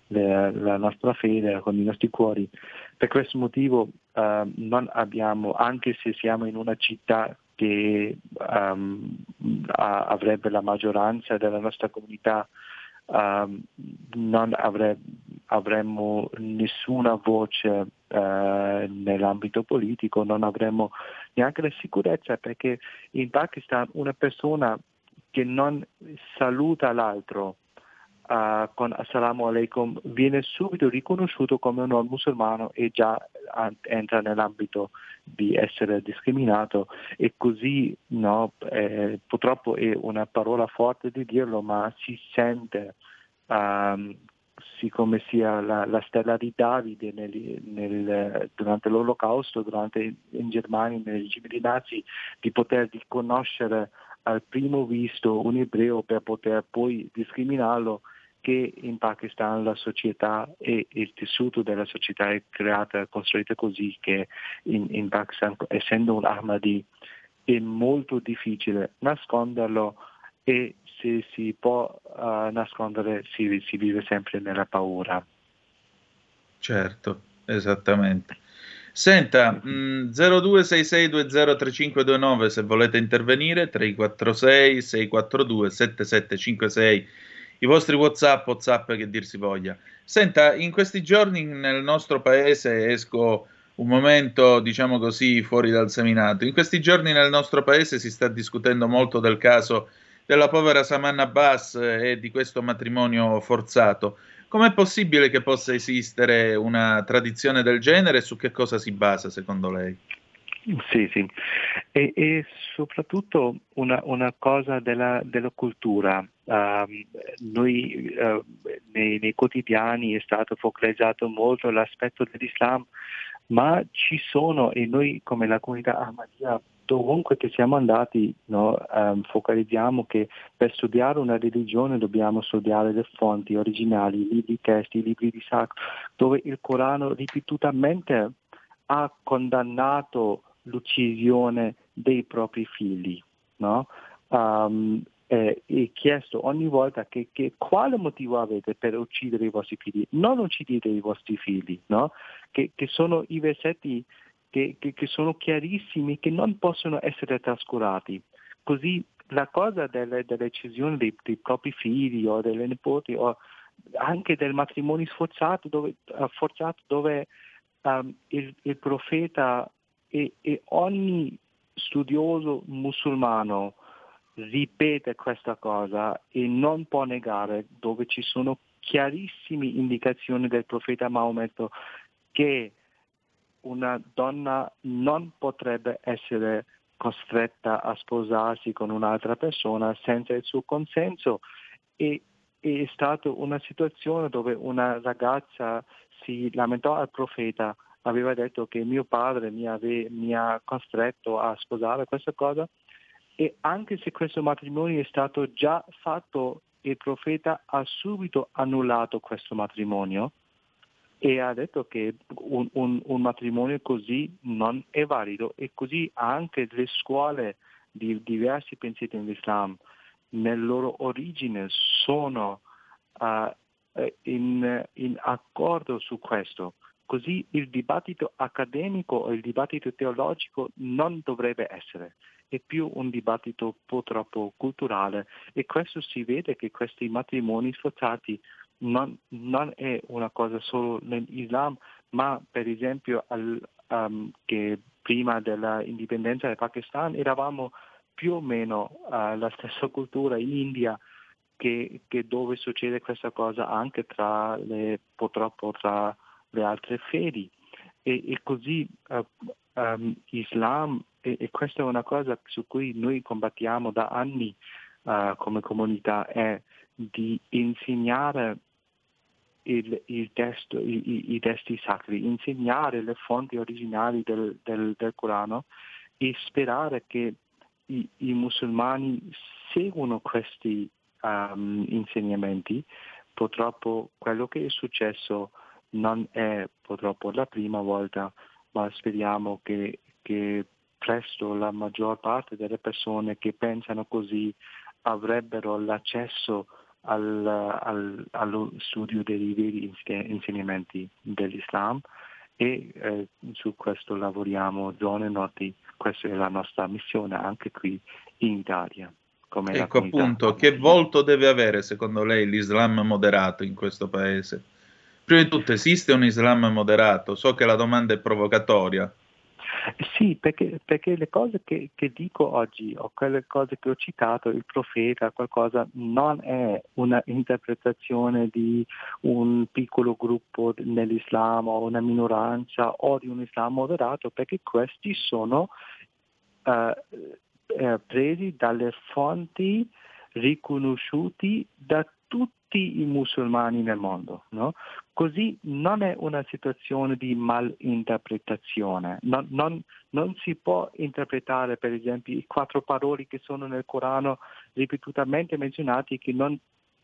la nostra fede, con i nostri cuori. Per questo motivo uh, non abbiamo, anche se siamo in una città che um, a, avrebbe la maggioranza della nostra comunità, um, non avre, avremmo nessuna voce uh, nell'ambito politico, non avremmo neanche la sicurezza, perché in Pakistan una persona che non saluta l'altro Uh, con assalamu alaikum viene subito riconosciuto come un non musulmano e già uh, entra nell'ambito di essere discriminato, e così no, eh, purtroppo è una parola forte di dirlo, ma si sente um, siccome sia la, la stella di Davide nel, nel, durante l'Olocausto, durante in Germania, nel regime dei nazi, di poter riconoscere al primo visto un ebreo per poter poi discriminarlo, che in Pakistan la società e il tessuto della società è creata, costruita così che in, in Pakistan, essendo un Ahmadi, è molto difficile nasconderlo, e se si può uh, nascondere si, si vive sempre nella paura. Certo, esattamente. Senta, mh, zero due sei sei due zero tre cinque due nove se volete intervenire, tre quattro sei sei quattro due sette sette cinque sei i vostri WhatsApp, WhatsApp che dir si voglia. Senta, in questi giorni nel nostro paese, esco un momento, diciamo così, fuori dal seminato, in questi giorni nel nostro paese si sta discutendo molto del caso della povera Saman Abbas e di questo matrimonio forzato. Com'è possibile che possa esistere una tradizione del genere e su che cosa si basa, secondo lei? Sì, sì, e, e soprattutto una, una cosa della, della cultura. Um, noi uh, nei, nei quotidiani è stato focalizzato molto l'aspetto dell'Islam, ma ci sono, e noi come la comunità Ahmadiyya, dovunque che siamo andati, no, um, focalizziamo che per studiare una religione dobbiamo studiare le fonti originali, i libri testi, i libri di sacro, dove il Corano ripetutamente ha condannato l'uccisione dei propri figli, no? Um, eh, e chiesto ogni volta che, che quale motivo avete per uccidere i vostri figli? Non uccidete i vostri figli, no? Che, che sono i versetti che, che, che sono chiarissimi, che non possono essere trascurati. Così la cosa delle, dell'uccisione dei, dei propri figli o delle nipoti o anche del matrimonio sforzato dove, uh, forzato dove um, il, il profeta e, e ogni studioso musulmano ripete questa cosa e non può negare, dove ci sono chiarissime indicazioni del profeta Maometto che una donna non potrebbe essere costretta a sposarsi con un'altra persona senza il suo consenso, e è stata una situazione dove una ragazza si lamentò al profeta, aveva detto che mio padre mi, ave, mi ha costretto a sposare questa cosa, e anche se questo matrimonio è stato già fatto, il profeta ha subito annullato questo matrimonio e ha detto che un, un, un matrimonio così non è valido, e così anche le scuole di diversi pensieri dell'Islam nel loro origine sono uh, in, in accordo su questo. Così il dibattito accademico o il dibattito teologico non dovrebbe essere, è più un dibattito purtroppo culturale, e questo si vede che questi matrimoni sforzati non, non è una cosa solo nell'Islam, ma per esempio al, um, che prima dell'indipendenza del Pakistan eravamo più o meno uh, la stessa cultura in India, che, che dove succede questa cosa anche tra le, purtroppo tra le altre fedi, e, e così uh, um, Islam, e, e questa è una cosa su cui noi combattiamo da anni uh, come comunità, è di insegnare il, il testo, i, i testi sacri, insegnare le fonti originali del, del, del Corano, e sperare che i, i musulmani seguono questi um, insegnamenti. Purtroppo quello che è successo non è purtroppo la prima volta, ma speriamo che, che presto la maggior parte delle persone che pensano così avrebbero l'accesso al, al, allo studio dei veri insegnamenti dell'Islam, e eh, su questo lavoriamo giorni e notti. Questa è la nostra missione anche qui in Italia. Come ecco appunto, che volto deve avere secondo lei l'Islam moderato in questo paese? Prima di tutto, esiste un Islam moderato? So che la domanda è provocatoria. Sì, perché, perché le cose che, che dico oggi, o quelle cose che ho citato, il profeta, qualcosa, non è una interpretazione di un piccolo gruppo nell'Islam o una minoranza o di un Islam moderato, perché questi sono uh, uh, presi dalle fonti riconosciuti da tutti i musulmani nel mondo, no? Così non è una situazione di malinterpretazione, non, non, non si può interpretare per esempio i quattro parole che sono nel Corano ripetutamente menzionati, che non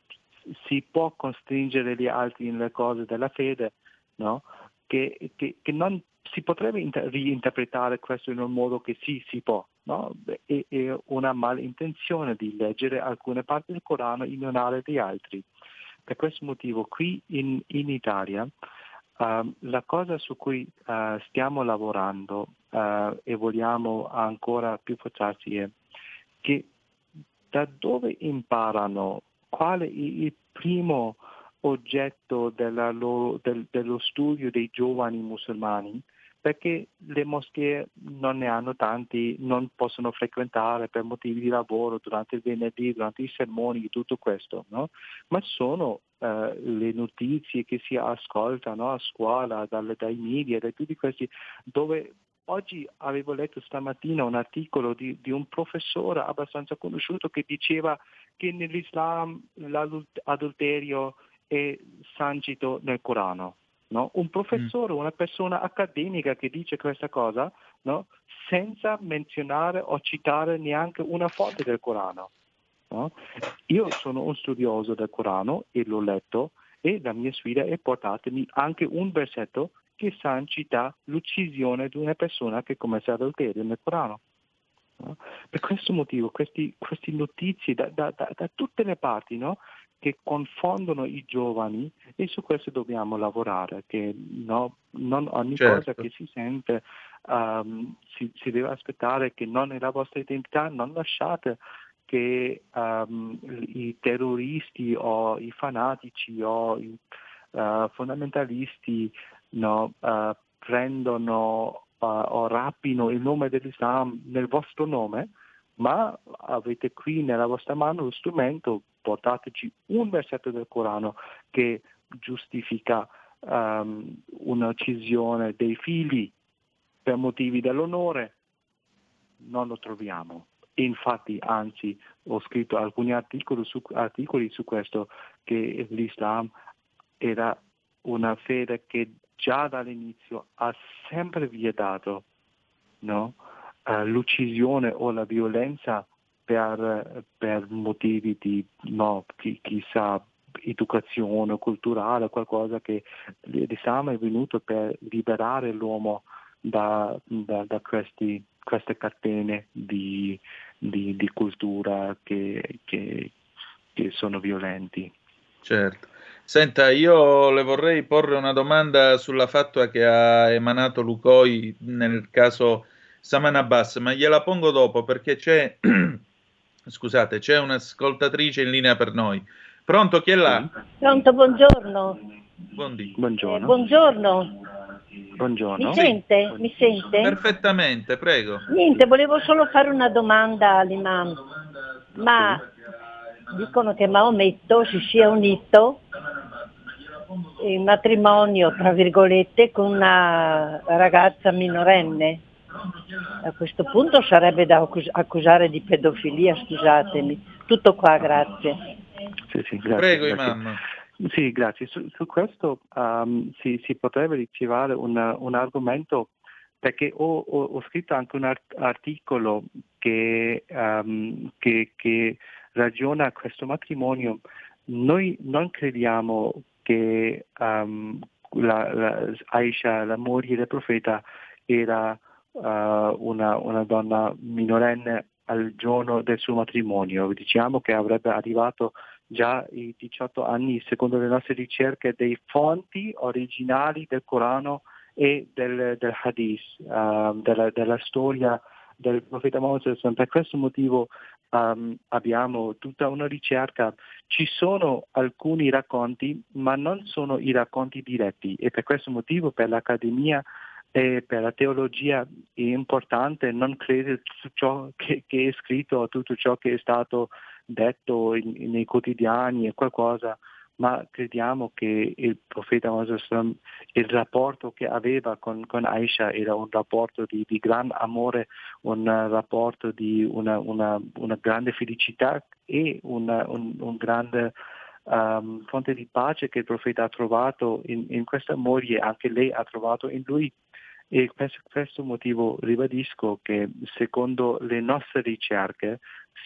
si può costringere gli altri nelle cose della fede, no? Che, che, che non si potrebbe inter- reinterpretare questo in un modo che sì, si può, no? È, è una malintenzione di leggere alcune parti del Corano e ignorare gli altri. Per questo motivo qui in, in Italia uh, la cosa su cui uh, stiamo lavorando uh, e vogliamo ancora più forzarsi è che da dove imparano quale il, il primo oggetto della loro- del- dello studio dei giovani musulmani, perché le moschee non ne hanno tanti, non possono frequentare per motivi di lavoro durante il venerdì, durante i sermoni, tutto questo, no? Ma sono eh, le notizie che si ascoltano a scuola, dalle- dai media, da tutti questi, dove oggi avevo letto stamattina un articolo di, di un professore abbastanza conosciuto che diceva che nell'Islam l'adulterio è sancito nel Corano. No? Un professore, una persona accademica che dice questa cosa, no? Senza menzionare o citare neanche una fonte del Corano. No? Io sono un studioso del Corano e l'ho letto, e la mia sfida è portarmi anche un versetto che sancita l'uccisione di una persona che commette adulterio nel Corano. No? Per questo motivo questi, queste notizie da, da, da, da tutte le parti, no? Che confondono i giovani, e su questo dobbiamo lavorare, che no, non ogni Certo. cosa che si sente um, si, si deve aspettare che non è la vostra identità, non lasciate che um, i terroristi o i fanatici o i uh, fondamentalisti no, uh, prendono uh, o rapino il nome dell'Islam nel vostro nome, ma avete qui nella vostra mano lo strumento, portateci un versetto del Corano che giustifica um, un'uccisione dei figli per motivi dell'onore. Non lo troviamo. E infatti, anzi, ho scritto alcuni articoli su, articoli su questo, che l'Islam era una fede che già dall'inizio ha sempre vietato, no? Uh, l'uccisione o la violenza per, per motivi di, no, chi, chissà, educazione culturale, qualcosa che l'Islam è venuto per liberare l'uomo da, da, da questi, queste catene di, di, di cultura che, che, che sono violenti. Certo. Senta, io le vorrei porre una domanda sulla fatua che ha emanato Lucoi nel caso Saman Abbas, ma gliela pongo dopo perché c'è, scusate, c'è un'ascoltatrice in linea per noi. Pronto, chi è là? Pronto, buongiorno. Buondì. Buongiorno. Eh, buongiorno. Buongiorno. Mi sente? Mi sente? Perfettamente, prego. Niente, volevo solo fare una domanda all'imam. Ma dicono che Maometto si sia unito in matrimonio, tra virgolette, con una ragazza minorenne. A questo punto sarebbe da accus- accusare di pedofilia, scusatemi. Tutto qua, grazie. Sì, sì, grazie, Prego, grazie. imam. Sì, grazie. Su, su questo um, si, si potrebbe ricevere una, un argomento, perché ho, ho, ho scritto anche un art- articolo che, um, che, che ragiona questo matrimonio. Noi non crediamo che um, la, la Aisha, la moglie del profeta, era uh, una, una donna minorenne al giorno del suo matrimonio. Diciamo che avrebbe arrivato già i diciotto anni, secondo le nostre ricerche, dei fonti originali del Corano e del, del Hadith, uh, della, della storia del profeta Mosè. Per questo motivo um, abbiamo tutta una ricerca. Ci sono alcuni racconti, ma non sono i racconti diretti, e per questo motivo per l'Accademia e per la teologia è importante non credere tutto ciò che, che è scritto, tutto ciò che è stato detto in, in, nei quotidiani e qualcosa, ma crediamo che il profeta Mosè, il rapporto che aveva con, con Aisha era un rapporto di, di gran amore, un rapporto di una, una, una grande felicità e una, un, un grande um, fonte di pace che il profeta ha trovato in, in questa moglie, anche lei ha trovato in lui. E per questo motivo ribadisco che secondo le nostre ricerche,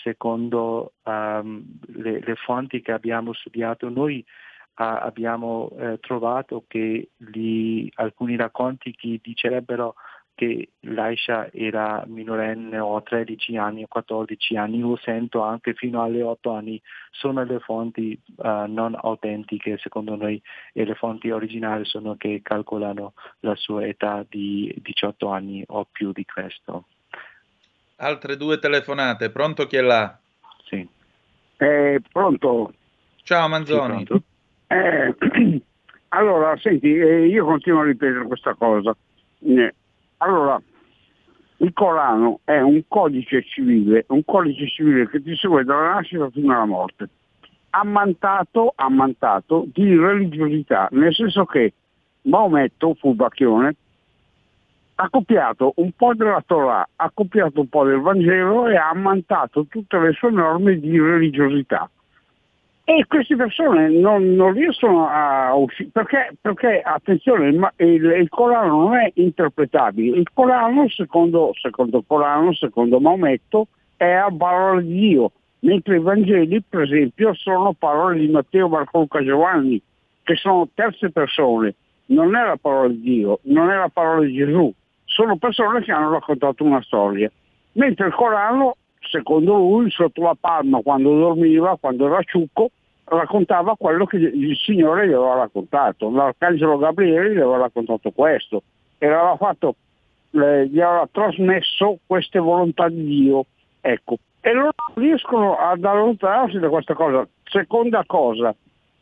secondo um, le, le fonti che abbiamo studiato noi, uh, abbiamo uh, trovato che gli, alcuni racconti che dicerebbero che l'Aisha era minorenne o a tredici anni o quattordici anni, io sento anche fino alle otto anni, sono le fonti uh, non autentiche secondo noi, e le fonti originali sono che calcolano la sua età di diciotto anni o più di questo. Altre due telefonate, pronto, chi è là? Sì. Eh, pronto? Ciao Manzoni. Sì, Eh, allora, senti, eh, io continuo a ripetere questa cosa. Eh, allora, il Corano è un codice civile, un codice civile che ti segue dalla nascita fino alla morte, ammantato, ammantato di religiosità, nel senso che Maometto, furbacchione, ha copiato un po' della Torah, ha copiato un po' del Vangelo e ha ammantato tutte le sue norme di religiosità. E queste persone non, non riescono a uscire, perché, perché attenzione, il, ma- il, il Corano non è interpretabile. Il Corano, secondo, secondo il Corano, secondo Maometto, è a parola di Dio, mentre i Vangeli, per esempio, sono parole di Matteo, Marco, Luca, Giovanni, che sono terze persone. Non è la parola di Dio, non è la parola di Gesù, sono persone che hanno raccontato una storia. Mentre il Corano, secondo lui, sotto la palma, quando dormiva, quando era ciucco, raccontava quello che il Signore gli aveva raccontato. L'arcangelo Gabriele gli aveva raccontato questo, e aveva fatto, eh, gli aveva trasmesso queste volontà di Dio. Ecco. E loro riescono ad allontanarsi da questa cosa. Seconda cosa,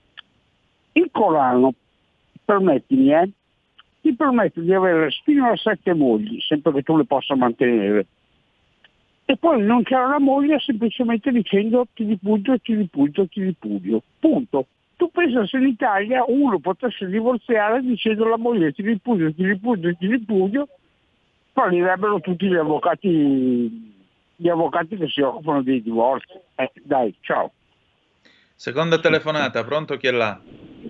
il Corano, permettimi, eh, ti permette di avere fino a sette mogli, sempre che tu le possa mantenere. E poi non c'era la moglie semplicemente dicendo ti ripugio, ti ripugio, ti ripudio. Punto. Tu pensa se in Italia uno potesse divorziare dicendo alla moglie ti ripugio, ti ripugio, ti ripudio, fallirebbero tutti gli avvocati, gli avvocati che si occupano dei divorzi. Eh, dai, ciao. Seconda telefonata, pronto, chi è là?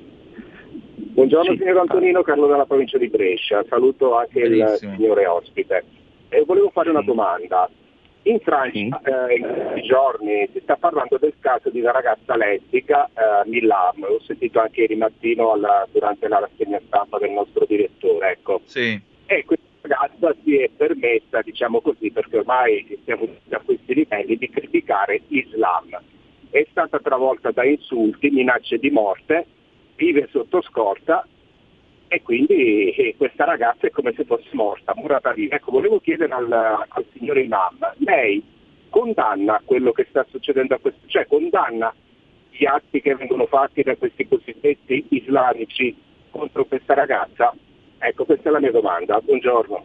Buongiorno signor Antonino, Carlo dalla provincia di Brescia, saluto anche Benissimo. il signore ospite. E volevo fare una domanda. In Francia eh, in questi giorni si sta parlando del caso di una ragazza lesbica, eh, Milam, l'ho sentito anche ieri mattino alla- durante la rassegna stampa del nostro direttore, ecco. Sì. E questa ragazza si è permessa, diciamo così, perché ormai siamo a questi livelli, di criticare l'Islam. È stata travolta da insulti, minacce di morte, vive sotto scorta e quindi eh, questa ragazza è come se fosse morta, murata viva. Ecco, volevo chiedere al, al signore Imam, lei condanna quello che sta succedendo a questo, cioè condanna gli atti che vengono fatti da questi cosiddetti islamici contro questa ragazza? Ecco, questa è la mia domanda. Buongiorno.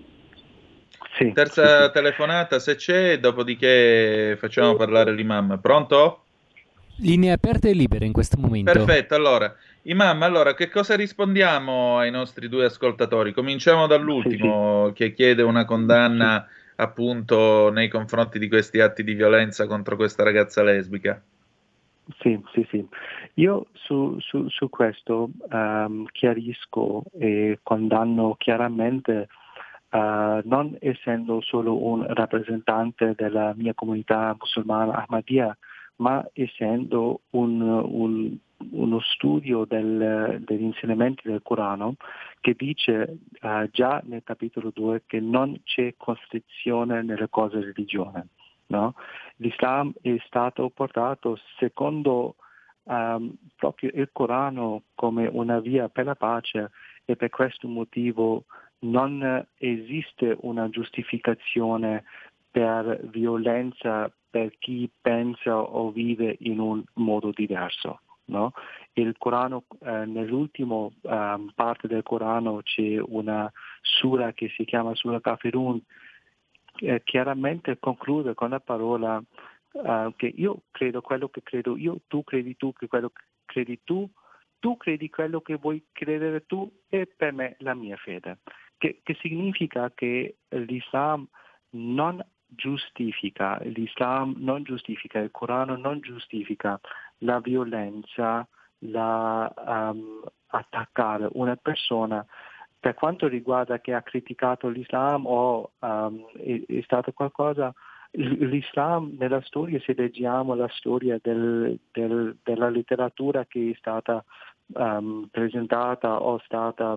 Sì, Terza sì, sì. telefonata se c'è, dopodiché facciamo parlare l'imam. Pronto? Linee aperte e libere in questo momento. Perfetto, allora, Imam, allora che cosa rispondiamo ai nostri due ascoltatori? Cominciamo dall'ultimo che chiede una condanna appunto nei confronti di questi atti di violenza contro questa ragazza lesbica. Sì, sì, sì. Io su, su, su questo ehm, chiarisco e condanno chiaramente, eh, non essendo solo un rappresentante della mia comunità musulmana Ahmadiyya, ma essendo un, un- uno studio del- degli insegnamenti del Corano che dice eh, già nel capitolo due che non c'è costrizione nelle cose religiose. No? L'Islam è stato portato secondo ehm, proprio il Corano come una via per la pace, e per questo motivo non esiste una giustificazione per violenza per chi pensa o vive in un modo diverso. No? Il Corano, eh, nell'ultima ehm, parte del Corano c'è una sura che si chiama Sura Kafirun, eh, chiaramente conclude con la parola eh, che io credo quello che credo io, tu credi tu che quello che credi tu, tu credi quello che vuoi credere tu e per me la mia fede. Che, che significa che l'Islam non giustifica, l'Islam non giustifica, il Corano non giustifica la violenza, la um, attaccare una persona per quanto riguarda che ha criticato l'Islam o um, è, è stato qualcosa. L'Islam nella storia, se leggiamo la storia del, del, della letteratura che è stata um, presentata o stata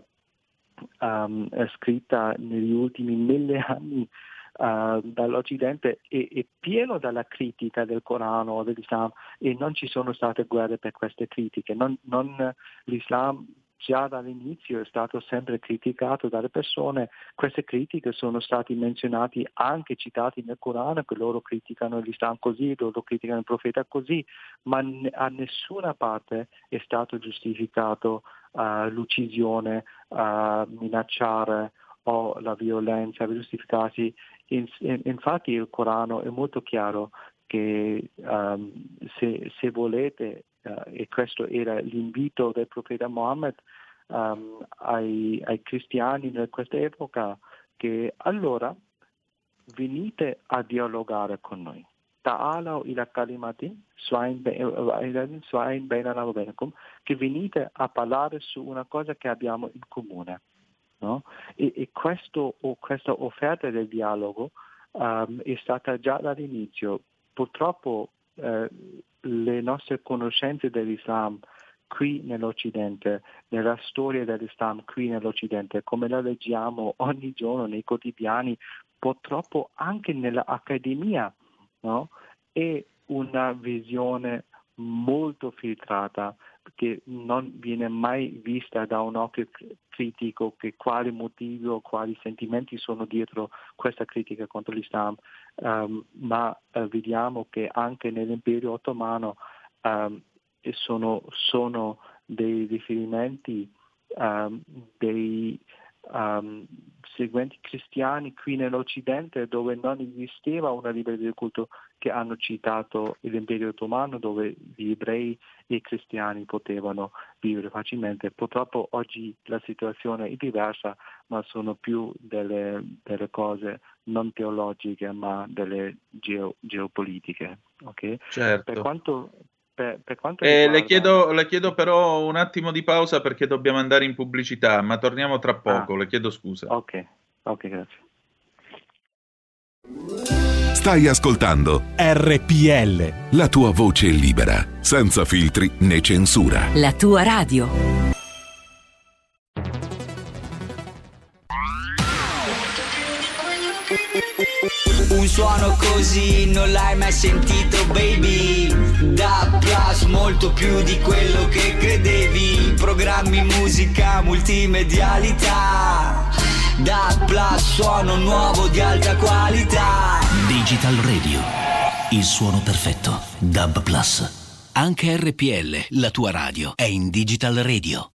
um, scritta negli ultimi mille anni uh, dall'Occidente, è, è pieno dalla critica del Corano o dell'Islam, e non ci sono state guerre per queste critiche. Non, non, L'Islam già dall'inizio è stato sempre criticato dalle persone. Queste critiche sono state menzionate, anche citate nel Corano, che loro criticano l'Islam così, loro criticano il profeta così, ma a nessuna parte è stato giustificato uh, l'uccisione, uh, minacciare o la violenza, giustificati. In, in, infatti il Corano è molto chiaro che um, se, se volete, uh, e questo era l'invito del profeta Mohammed um, ai, ai cristiani in questa epoca, che allora venite a dialogare con noi. Ta'ala ila kalimatin swain bainana wa bainakum, che venite a parlare su una cosa che abbiamo in comune. No? E, e questo, o questa offerta del dialogo um, è stata già dall'inizio. Purtroppo eh, le nostre conoscenze dell'Islam qui nell'Occidente, nella storia dell'Islam qui nell'Occidente, come la leggiamo ogni giorno nei quotidiani, purtroppo anche nell'accademia, no? È una visione molto filtrata, che non viene mai vista da un occhio critico, che quali motivi o quali sentimenti sono dietro questa critica contro l'Islam, um, ma uh, vediamo che anche nell'Imperio Ottomano um, sono, sono dei riferimenti um, dei um, seguenti cristiani qui nell'Occidente, dove non esisteva una libertà di culto, che hanno citato l'Imperio Ottomano, dove gli ebrei e i cristiani potevano vivere facilmente. Purtroppo oggi la situazione è diversa, ma sono più delle, delle cose non teologiche, ma delle geo, geopolitiche. Okay? Certo. Per quanto, per, per quanto eh, riguarda... le, chiedo, le chiedo però un attimo di pausa perché dobbiamo andare in pubblicità, ma torniamo tra poco, Ah. le chiedo scusa. Ok, ok, grazie. Stai ascoltando R P L, la tua voce libera, senza filtri né censura. La tua radio. Un suono così non l'hai mai sentito, baby. Da Plus, molto più di quello che credevi. Programmi, musica, multimedialità. Da Plus, suono nuovo di alta qualità. Digital Radio, il suono perfetto. Dub Plus. Anche R P L, la tua radio, è in Digital Radio.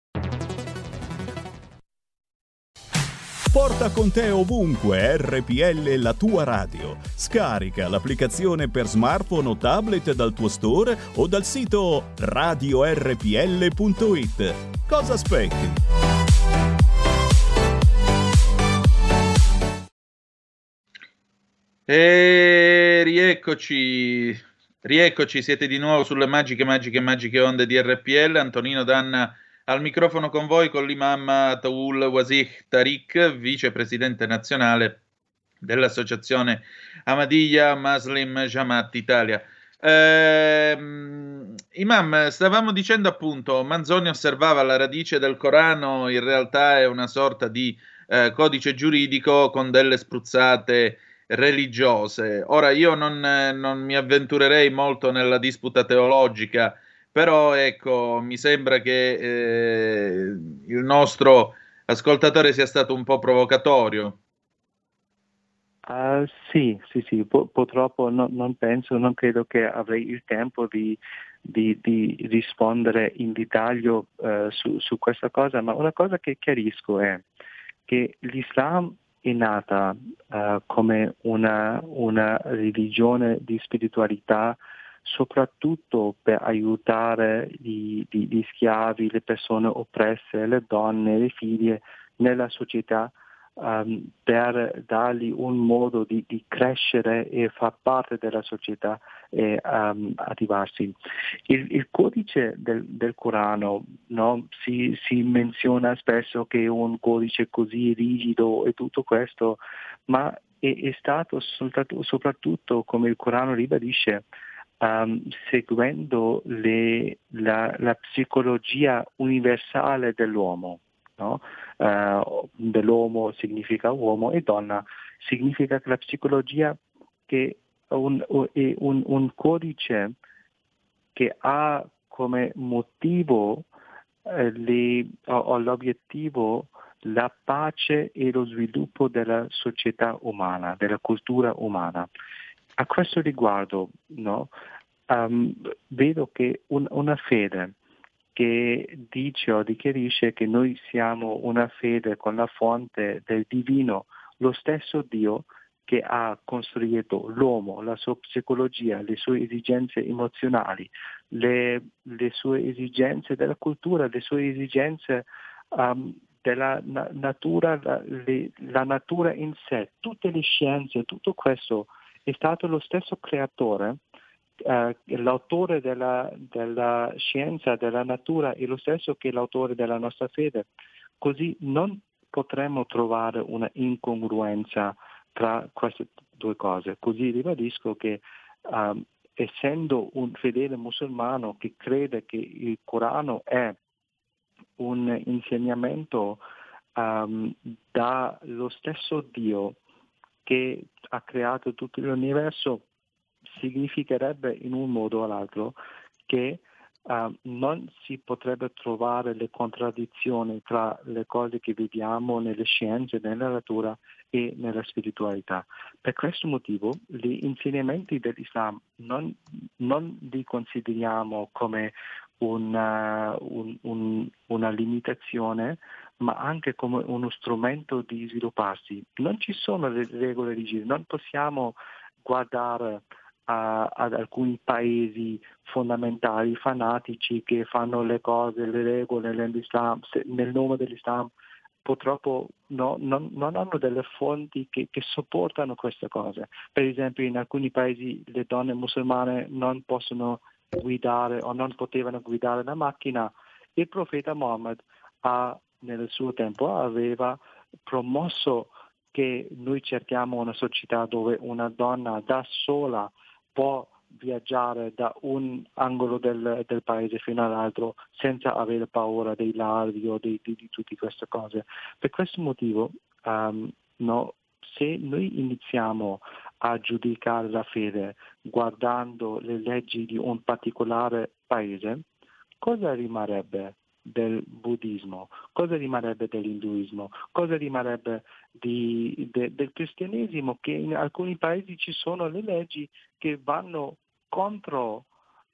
Porta con te ovunque R P L, la tua radio. Scarica l'applicazione per smartphone o tablet dal tuo store o dal sito radio erre pi elle punto it. Cosa aspetti? E rieccoci, rieccoci, siete di nuovo sulle magiche, magiche, magiche onde di R P L. Antonino Danna al microfono con voi, con l'imam Ataul Wasih Tariq, vicepresidente nazionale dell'associazione Ahmadiyya Muslim Jamaat Italia. Eh, imam, stavamo dicendo appunto, Manzoni osservava la radice del Corano, in realtà è una sorta di eh, codice giuridico con delle spruzzate religiose. Ora io non, non mi avventurerei molto nella disputa teologica, però ecco, mi sembra che eh, il nostro ascoltatore sia stato un po' provocatorio. Uh, sì, sì, sì, Pu- purtroppo no, non penso, non credo che avrei il tempo di, di, di rispondere in dettaglio uh, su, su questa cosa, ma una cosa che chiarisco è che l'Islam è nata uh, come una, una religione di spiritualità, soprattutto per aiutare gli, gli, gli schiavi, le persone oppresse, le donne, le figlie nella società, um, per dargli un modo di, di crescere e far parte della società e um, attivarsi. Il, il codice del, del Corano, no, si, si menziona spesso che è un codice così rigido e tutto questo, ma è, è stato soltanto, soprattutto, come il Corano ribadisce, Um, seguendo le, la, la psicologia universale dell'uomo, no? Uh, dell'uomo significa uomo e donna, significa che la psicologia che un, è un, un codice che ha come motivo eh, le- ho, ho l'obiettivo la pace e lo sviluppo della società umana, della cultura umana. A questo riguardo, no, um, vedo che un- una fede che dice o dichiarisce che noi siamo una fede con la fonte del divino, lo stesso Dio che ha costruito l'uomo, la sua psicologia, le sue esigenze emozionali, le, le sue esigenze della cultura, le sue esigenze um, della na- natura, la, le- la natura in sé, tutte le scienze, tutto questo è stato lo stesso creatore. Uh, l'autore della, della scienza, della natura è lo stesso che l'autore della nostra fede, così non potremmo trovare una incongruenza tra queste due cose. Così ribadisco che um, essendo un fedele musulmano che crede che il Corano è un insegnamento um, dallo stesso Dio che ha creato tutto l'universo, significherebbe in un modo o l'altro che uh, non si potrebbe trovare le contraddizioni tra le cose che vediamo nelle scienze, nella natura e nella spiritualità. Per questo motivo gli insegnamenti dell'Islam non, non li consideriamo come una, un, un, una limitazione, ma anche come uno strumento di svilupparsi. Non ci sono le regole rigide, non possiamo guardare a, ad alcuni paesi fondamentali, fanatici, che fanno le cose, le regole nell'Islam, se, nel nome dell'Islam. Purtroppo no, non, non hanno delle fonti che, che supportano queste cose. Per esempio in alcuni paesi le donne musulmane non possono guidare o non potevano guidare la macchina. Il profeta Muhammad ha, nel suo tempo aveva promosso che noi cerchiamo una società dove una donna da sola può viaggiare da un angolo del, del paese fino all'altro senza avere paura dei ladri o di, di, di tutte queste cose. Per questo motivo um, no, se noi iniziamo a giudicare la fede guardando le leggi di un particolare paese, cosa rimarrebbe del buddismo, cosa rimarrebbe dell'induismo, cosa rimarrebbe di, de, del cristianesimo, che in alcuni paesi ci sono le leggi che vanno contro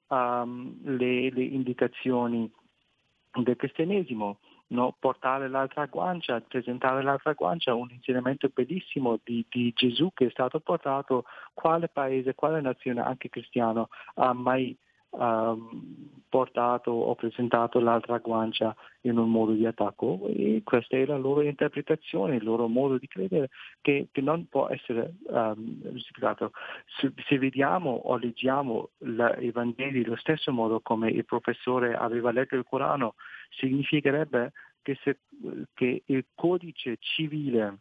um, le, le indicazioni del cristianesimo, no? Portare l'altra guancia, presentare l'altra guancia, un insegnamento bellissimo di, di Gesù che è stato portato. Quale paese, quale nazione, anche cristiano, ha mai um, portato o presentato l'altra guancia in un modo di attacco? E questa è la loro interpretazione, il loro modo di credere, che, che non può essere um, giustificato. Se, se vediamo o leggiamo la, i Vangeli allo stesso modo come il professore aveva letto il Corano, significherebbe che, se, che il codice civile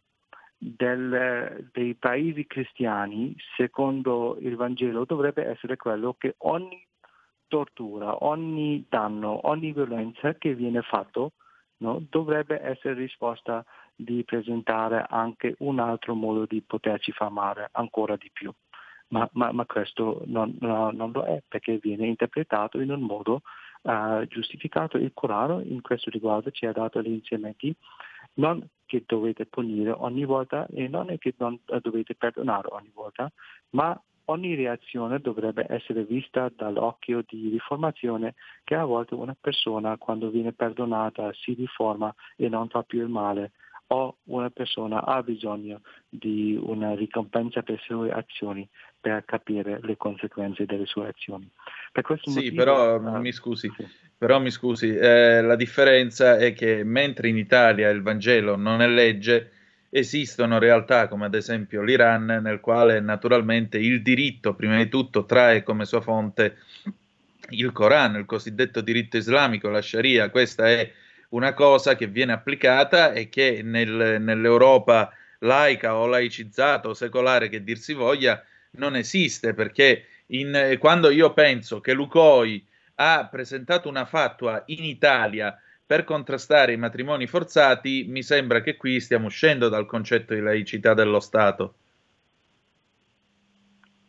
del, dei paesi cristiani, secondo il Vangelo, dovrebbe essere quello che ogni tortura, ogni danno, ogni violenza che viene fatto, no, dovrebbe essere risposta di presentare anche un altro modo di poterci far male ancora di più. Ma, ma, ma questo non, no, non lo è, perché viene interpretato in un modo uh, giustificato. Il Corano in questo riguardo ci ha dato gli insegnamenti, non che dovete punire ogni volta e non è che non dovete perdonare ogni volta, ma ogni reazione dovrebbe essere vista dall'occhio di riformazione, che a volte una persona quando viene perdonata si riforma e non fa più il male, o una persona ha bisogno di una ricompensa per le sue azioni per capire le conseguenze delle sue azioni. Per questo sì, motivo, però uh, mi scusi, sì. però mi scusi, eh, la differenza è che mentre in Italia il Vangelo non è legge, esistono realtà come ad esempio l'Iran, nel quale naturalmente il diritto, prima di tutto, trae come sua fonte il Corano, il cosiddetto diritto islamico, la Sharia. Questa è una cosa che viene applicata e che nel, nell'Europa laica o laicizzata o secolare, che dir si voglia, non esiste, perché in, quando io penso che Lucoi ha presentato una fatwa in Italia per contrastare i matrimoni forzati, mi sembra che qui stiamo uscendo dal concetto di laicità dello Stato.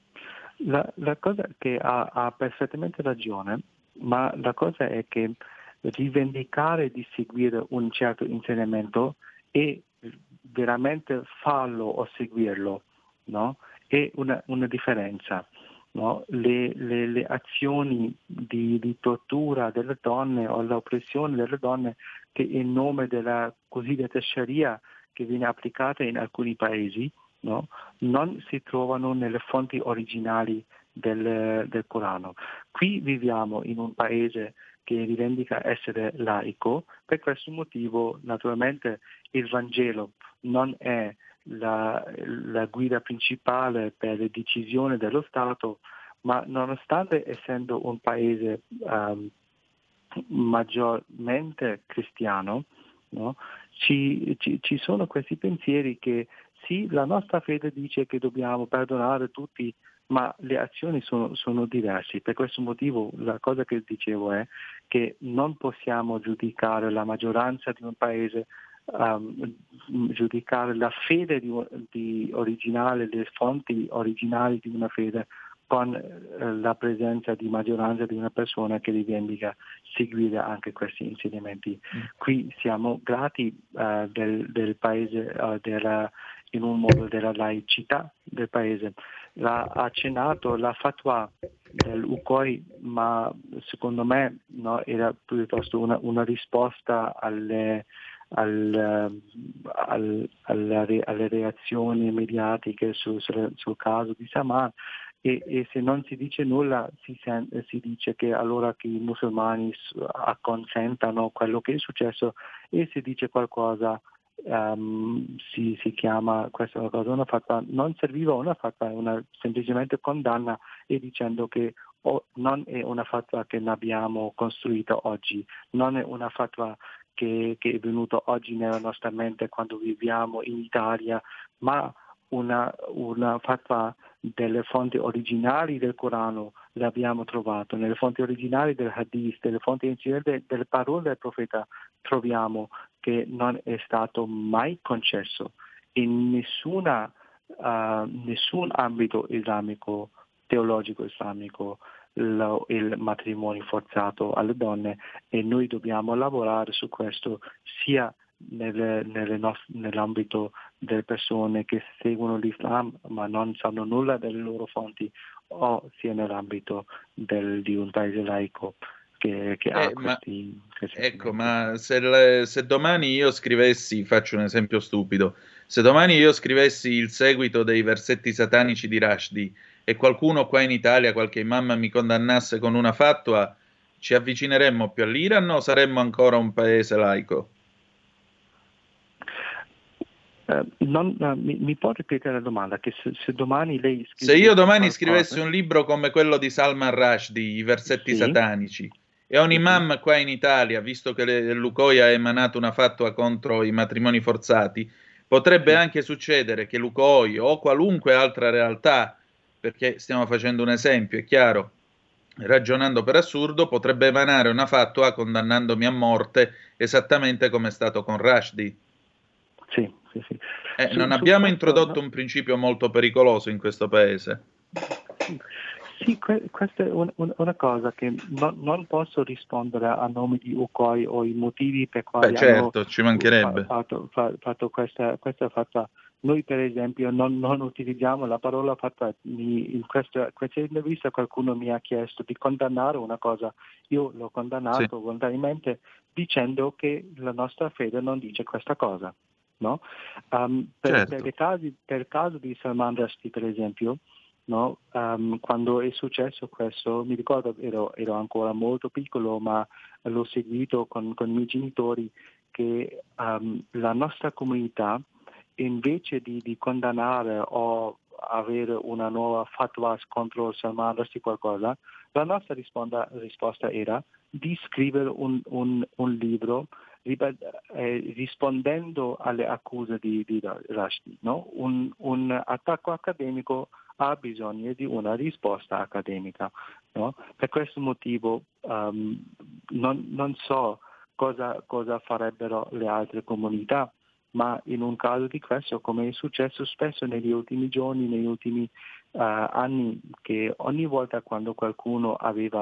La, la cosa che ha, ha perfettamente ragione, ma la cosa è che rivendicare di seguire un certo insegnamento e veramente farlo o seguirlo, no? È una, una differenza. No? Le, le, le azioni di, di tortura delle donne o l'oppressione delle donne che in nome della cosiddetta Sharia che viene applicata in alcuni paesi, no? Non si trovano nelle fonti originali del, del Corano. Qui viviamo in un paese che rivendica essere laico, per questo motivo naturalmente il Vangelo non è La, la guida principale per le decisioni dello Stato, ma nonostante essendo un paese um, maggiormente cristiano, no, ci, ci, ci sono questi pensieri che sì, la nostra fede dice che dobbiamo perdonare tutti, ma le azioni sono, sono diverse. Per questo motivo la cosa che dicevo è che non possiamo giudicare la maggioranza di un paese, Um, giudicare la fede di, di originale, le fonti originali di una fede con eh, la presenza di maggioranza di una persona che rivendica seguire anche questi insegnamenti. Mm. Qui siamo grati uh, del, del paese, uh, della, in un modo della laicità del paese. L'ha accennato la fatwa dell'U C O I, ma secondo me no, era piuttosto una, una risposta alle Al, al, alle, alle reazioni mediatiche sul, sul, sul caso di Salman e, e se non si dice nulla si, sente, si dice che allora che i musulmani acconsentano quello che è successo e se dice qualcosa um, si, si chiama questa cosa una fatwa, non serviva una fatwa, una semplicemente condanna e dicendo che oh, non è una fatwa che abbiamo costruito oggi, non è una fatwa Che, che è venuto oggi nella nostra mente quando viviamo in Italia, ma una, una fatwa delle fonti originali del Corano l'abbiamo trovato, nelle fonti originali del Hadith, delle fonti originali delle parole del profeta troviamo che non è stato mai concesso in nessuna, uh, nessun ambito islamico, teologico islamico, Lo, il matrimonio forzato alle donne e noi dobbiamo lavorare su questo sia nelle, nelle nost- nell'ambito delle persone che seguono l'Islam ma non sanno nulla delle loro fonti o sia nell'ambito del, di un paese laico che, che eh, ha questi, ma, questi ecco, ma se, le, se domani io scrivessi, faccio un esempio stupido, se domani io scrivessi il seguito dei versetti satanici di Rushdie e qualcuno qua in Italia, qualche imam mi condannasse con una fatwa, ci avvicineremmo più all'Iran o saremmo ancora un paese laico? Uh, non, uh, mi, mi può ripetere la domanda? Che se, se domani lei se io domani qualcosa... scrivessi un libro come quello di Salman Rushdie, i versetti sì. satanici, e un imam qua in Italia, visto che l'U C O I ha emanato una fatwa contro i matrimoni forzati, potrebbe sì. anche succedere che l'U C O I o qualunque altra realtà, perché stiamo facendo un esempio, è chiaro, ragionando per assurdo, potrebbe emanare una fatwa condannandomi a morte esattamente come è stato con Rushdie. Sì, sì, sì. Eh, su, non su abbiamo questo, introdotto no? un principio molto pericoloso in questo paese. Sì, que- questa è un, un, una cosa che non, non posso rispondere a nome di U C O I o i motivi per quali Beh, certo, hanno ci mancherebbe. fatto, fatto, fatto questa, questa fatwa. Noi per esempio non, non utilizziamo la parola fatwa. In questa, questa intervista qualcuno mi ha chiesto di condannare una cosa, io l'ho condannato sì. volontariamente dicendo che la nostra fede non dice questa cosa. No? Um, per, certo. per, i casi, per il caso di Salman Rushdie per esempio, no? um, quando è successo questo, mi ricordo ero, ero ancora molto piccolo ma l'ho seguito con, con i miei genitori che um, la nostra comunità invece di, di condannare o avere una nuova fatwa contro Salman Rushdie qualcosa, la nostra risponda, risposta era di scrivere un, un, un libro eh, rispondendo alle accuse di, di Rushdie. No? Un, un attacco accademico ha bisogno di una risposta accademica. No? Per questo motivo um, non, non so cosa, cosa farebbero le altre comunità, ma in un caso di questo, come è successo spesso negli ultimi giorni, negli ultimi uh, anni, che ogni volta quando qualcuno aveva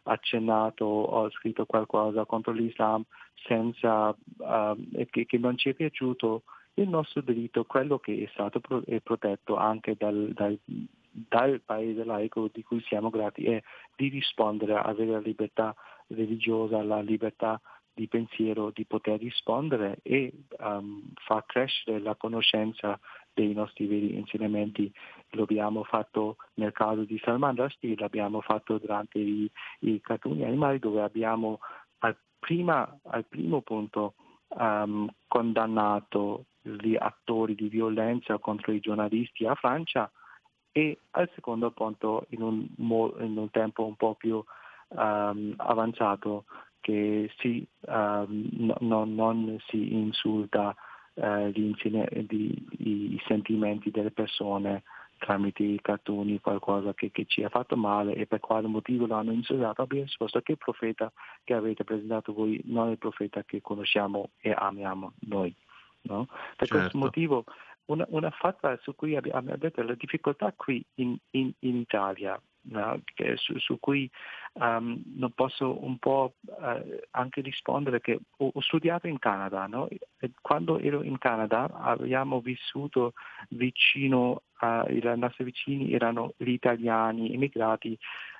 accennato o scritto qualcosa contro l'Islam senza uh, e che, che non ci è piaciuto, il nostro diritto, quello che è stato pro- è protetto anche dal, dal, dal paese laico di cui siamo grati, è di rispondere, avere la libertà religiosa, la libertà di pensiero, di poter rispondere e um, far crescere la conoscenza dei nostri veri insegnamenti. Lo abbiamo fatto nel caso di Salman Rushdie, l'abbiamo fatto durante i, i cartoni animali, dove abbiamo al, prima, al primo punto um, condannato gli attori di violenza contro i giornalisti a Francia, e al secondo punto in un, in un tempo un po' più um, avanzato che si, um, no, no, non si insulta uh, gli insine- di, i sentimenti delle persone tramite i cartoni, qualcosa che, che ci ha fatto male e per quale motivo l'hanno insultato. Abbiamo risposto che il profeta che avete presentato voi non è il profeta che conosciamo e amiamo noi. No? Per Certo. questo motivo una, una fatwa su cui abbiamo detto la difficoltà qui in, in, in Italia, no? Che su, su cui um, non posso un po' uh, anche rispondere che ho, ho studiato in Canada, no? E quando ero in Canada abbiamo vissuto vicino a, i nostri vicini erano gli italiani immigrati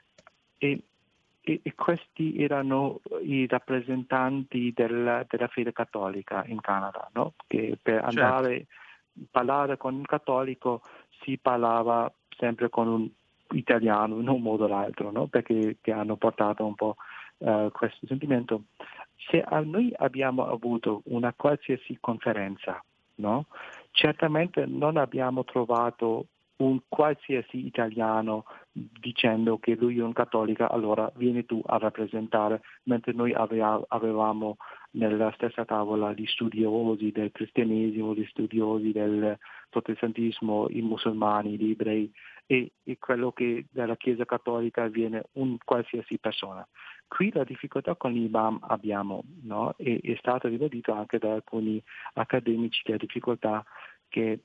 e E, e questi erano i rappresentanti del, della fede cattolica in Canada, no? Che per andare a parlare con un cattolico si parlava sempre con un italiano in un modo o l'altro, no? Perché che hanno portato un po' uh, questo sentimento. Se a noi abbiamo avuto una qualsiasi conferenza, no? Certamente non abbiamo trovato un qualsiasi italiano dicendo che lui è un cattolico, allora vieni tu a rappresentare, mentre noi avea, avevamo nella stessa tavola gli studiosi del cristianesimo, gli studiosi del protestantismo, i musulmani, gli ebrei e, e quello che dalla Chiesa cattolica viene un qualsiasi persona. Qui la difficoltà con l'imam abbiamo, no? E è stato ribadito anche da alcuni accademici la difficoltà che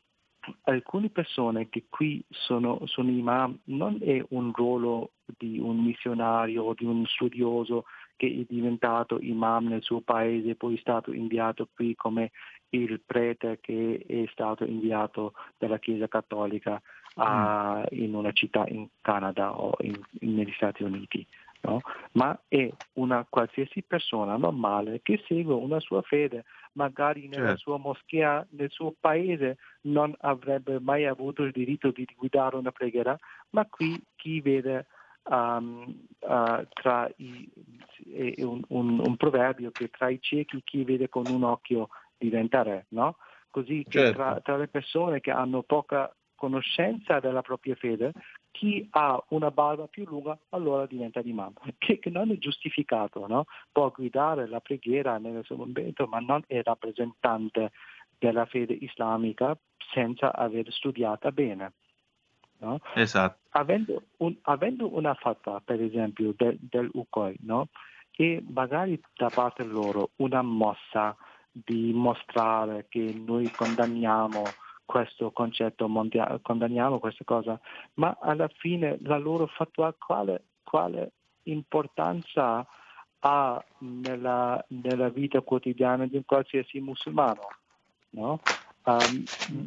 alcune persone che qui sono, sono imam non è un ruolo di un missionario o di un studioso che è diventato imam nel suo paese e poi è stato inviato qui come il prete che è stato inviato dalla Chiesa cattolica a, in una città in Canada o in, in, negli Stati Uniti. No? Ma è una qualsiasi persona normale che segue una sua fede, magari nella certo. sua moschea, nel suo paese non avrebbe mai avuto il diritto di guidare una preghiera, ma qui chi vede um, uh, tra i, è un, un, un proverbio che tra i ciechi chi vede con un occhio diventa re, no? Così che certo. tra, tra le persone che hanno poca conoscenza della propria fede, chi ha una barba più lunga allora diventa imam, che, che non è giustificato, no? Può guidare la preghiera nel suo momento, ma non è rappresentante della fede islamica senza aver studiata bene. No? Esatto. Avendo, un, avendo una fatwa, per esempio, de, del U C O I, no? E magari da parte loro una mossa di mostrare che noi condanniamo questo concetto mondiale, condanniamo questa cosa, ma alla fine la loro fatwa quale, quale importanza ha nella, nella vita quotidiana di un qualsiasi musulmano? No? Um,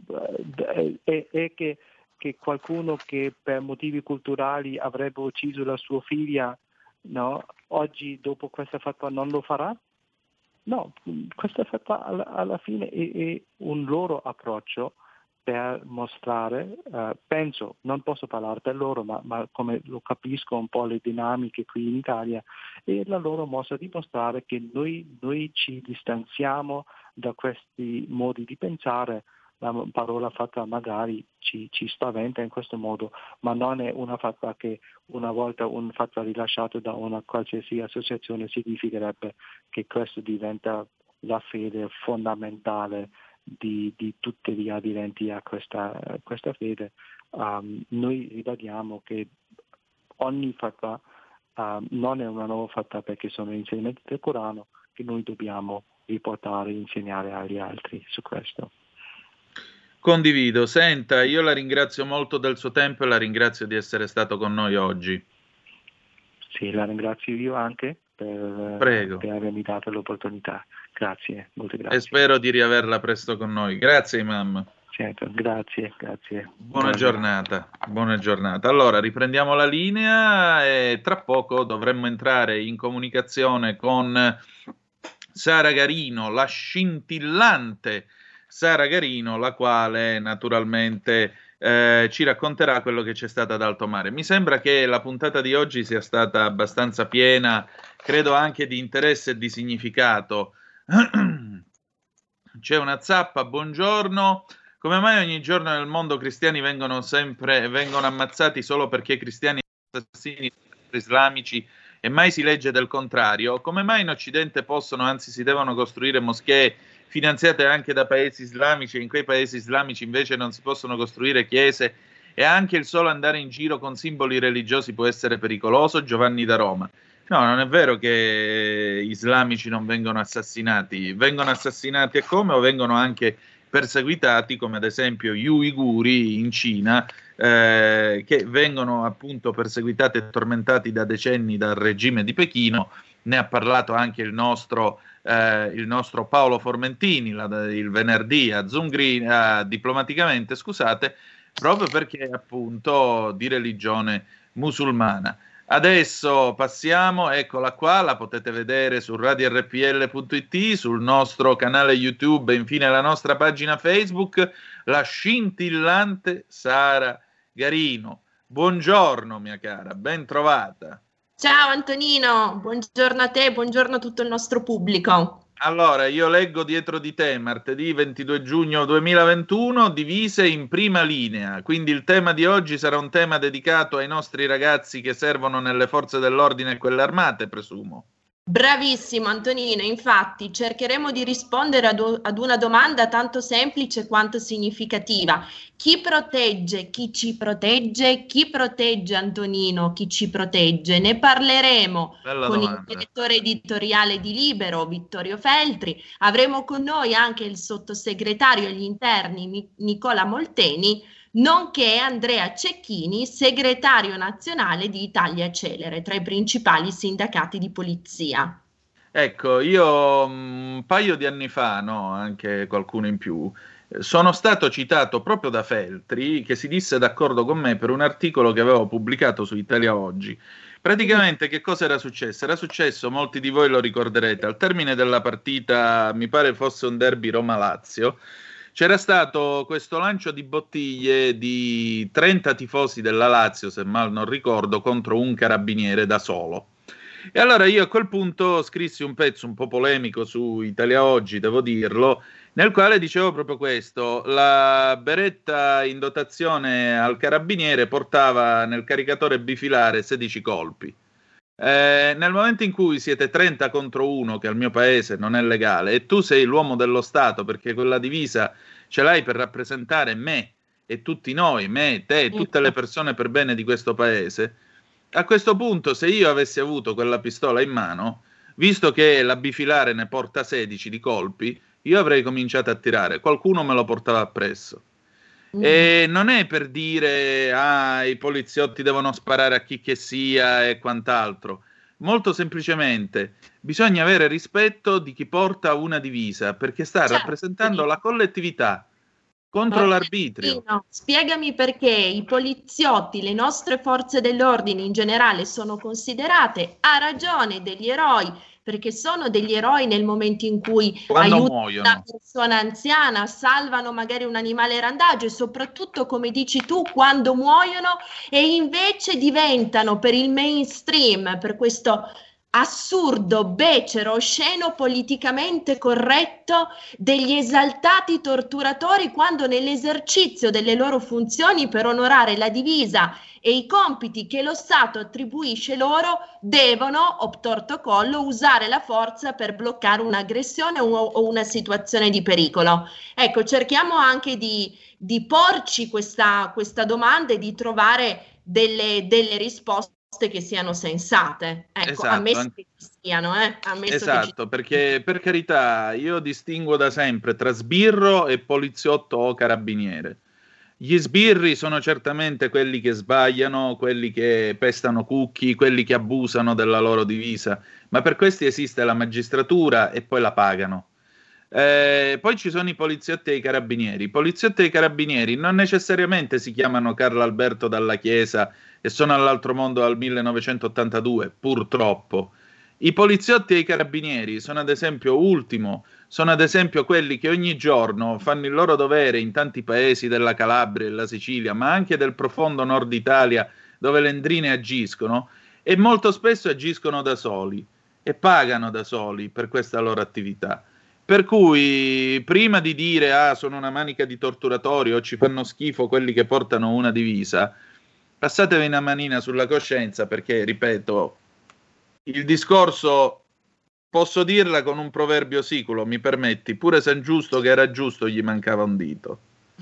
è, è che, che qualcuno che per motivi culturali avrebbe ucciso la sua figlia, no? Oggi dopo questa fatwa non lo farà? No, questa fatwa alla, alla fine è, è un loro approccio per mostrare, uh, penso, non posso parlare per loro, ma, ma come lo capisco un po' le dinamiche qui in Italia, è la loro mossa di mostrare che noi, noi ci distanziamo da questi modi di pensare. La parola fatta magari ci, ci spaventa in questo modo, ma non è una fatta che una volta un fatto rilasciato da una qualsiasi associazione significherebbe che questo diventa la fede fondamentale Di, di tutti gli aderenti a questa, questa fede. Um, noi ribadiamo che ogni fatwa um, non è una nuova fatwa perché sono insegnamenti del Corano che noi dobbiamo riportare e insegnare agli altri su questo. Condivido. Senta, io la ringrazio molto del suo tempo e la ringrazio di essere stato con noi oggi. Sì, la ringrazio io anche per, Prego. per avermi dato l'opportunità. Grazie, molte E grazie. spero di riaverla presto con noi. Grazie, Imam. Certo, grazie, grazie. Buona giornata, buona giornata. Allora, riprendiamo la linea e tra poco dovremmo entrare in comunicazione con Sara Garino, la scintillante Sara Garino, la quale naturalmente eh, ci racconterà quello che c'è stato ad Alto Mare. Mi sembra che la puntata di oggi sia stata abbastanza piena, credo anche di interesse e di significato. C'è una zappa, buongiorno. Come mai ogni giorno nel mondo cristiani vengono sempre vengono ammazzati solo perché cristiani assassini islamici e mai si legge del contrario? Come mai in Occidente possono, anzi si devono costruire moschee finanziate anche da paesi islamici e in quei paesi islamici invece non si possono costruire chiese e anche il solo andare in giro con simboli religiosi può essere pericoloso? Giovanni da Roma. No, non è vero che islamici non vengono assassinati, vengono assassinati e come o vengono anche perseguitati, come ad esempio gli uiguri in Cina, eh, che vengono appunto perseguitati e tormentati da decenni dal regime di Pechino. Ne ha parlato anche il nostro, eh, il nostro Paolo Formentini la, il venerdì a Zoom Green, eh, diplomaticamente, scusate, proprio perché appunto di religione musulmana. Adesso passiamo, eccola qua, la potete vedere su radio R P L punto it, sul nostro canale YouTube e infine la nostra pagina Facebook, la scintillante Sara Garino. Buongiorno mia cara, ben trovata. Ciao Antonino, buongiorno a te, buongiorno a tutto il nostro pubblico. Allora, io leggo dietro di te, martedì ventidue giugno duemilaventuno, divise in prima linea, quindi il tema di oggi sarà un tema dedicato ai nostri ragazzi che servono nelle forze dell'ordine e quelle armate, presumo. Bravissimo Antonino, infatti cercheremo di rispondere ad, u- ad una domanda tanto semplice quanto significativa. Chi protegge? Chi ci protegge? Chi protegge Antonino? Chi ci protegge? Ne parleremo Bella con domanda. il direttore editoriale di Libero, Vittorio Feltri. Avremo con noi anche il sottosegretario agli interni Mi- Nicola Molteni, nonché Andrea Cecchini, segretario nazionale di Italia Celere, tra i principali sindacati di polizia. Ecco, io un paio di anni fa, no, anche qualcuno in più, eh, sono stato citato proprio da Feltri, che si disse d'accordo con me per un articolo che avevo pubblicato su Italia Oggi. Praticamente che cosa era successo? Era successo, molti di voi lo ricorderete, al termine della partita, mi pare fosse un derby Roma-Lazio, c'era stato questo lancio di bottiglie di trenta tifosi della Lazio, se mal non ricordo, contro un carabiniere da solo. E allora io a quel punto scrissi un pezzo un po' polemico su Italia Oggi, devo dirlo, nel quale dicevo proprio questo: la beretta in dotazione al carabiniere portava nel caricatore bifilare sedici colpi. Eh, nel momento in cui siete trenta contro uno, che al mio paese non è legale, e tu sei l'uomo dello Stato perché quella divisa ce l'hai per rappresentare me e tutti noi, me, te, tutte le persone per bene di questo paese, a questo punto se io avessi avuto quella pistola in mano, visto che la bifilare ne porta sedici di colpi, io avrei cominciato a tirare, qualcuno me lo portava appresso. Mm. E non è per dire ah, i poliziotti devono sparare a chi che sia e quant'altro. Molto semplicemente bisogna avere rispetto di chi porta una divisa, perché sta Certo. rappresentando la collettività contro Ma- l'arbitrio. No, spiegami perché i poliziotti, le nostre forze dell'ordine in generale sono considerate a ragione degli eroi, perché sono degli eroi nel momento in cui Quando aiutano muoiono. una persona anziana, salvano magari un animale randagio e soprattutto, come dici tu, quando muoiono e invece diventano per il mainstream, per questo assurdo, becero, osceno, politicamente corretto degli esaltati torturatori, quando nell'esercizio delle loro funzioni per onorare la divisa e i compiti che lo Stato attribuisce loro devono, obtorto collo, usare la forza per bloccare un'aggressione o, o una situazione di pericolo. Ecco, cerchiamo anche di, di porci questa, questa domanda e di trovare delle, delle risposte che siano sensate, ecco, Esatto, ammesso anche- che ci siano, eh? ammesso che ci Esatto, perché per carità io distingo da sempre tra sbirro e poliziotto o carabiniere. Gli sbirri sono certamente quelli che sbagliano, quelli che pestano cucchi, quelli che abusano della loro divisa, ma per questi esiste la magistratura e poi la pagano. Eh, poi ci sono i poliziotti e i carabinieri. I poliziotti e i carabinieri non necessariamente si chiamano Carlo Alberto Dalla Chiesa e sono all'altro mondo dal millenovecentottantadue, purtroppo. I poliziotti e i carabinieri sono ad esempio Ultimo, sono ad esempio quelli che ogni giorno fanno il loro dovere in tanti paesi della Calabria e della Sicilia, ma anche del profondo nord Italia dove le ndrine agiscono, e molto spesso agiscono da soli e pagano da soli per questa loro attività. Per cui prima di dire ah sono una manica di torturatori o ci fanno schifo quelli che portano una divisa, passatevi una manina sulla coscienza, perché ripeto, il discorso posso dirla con un proverbio siculo, mi permetti, pure San Giusto che era giusto gli mancava un dito.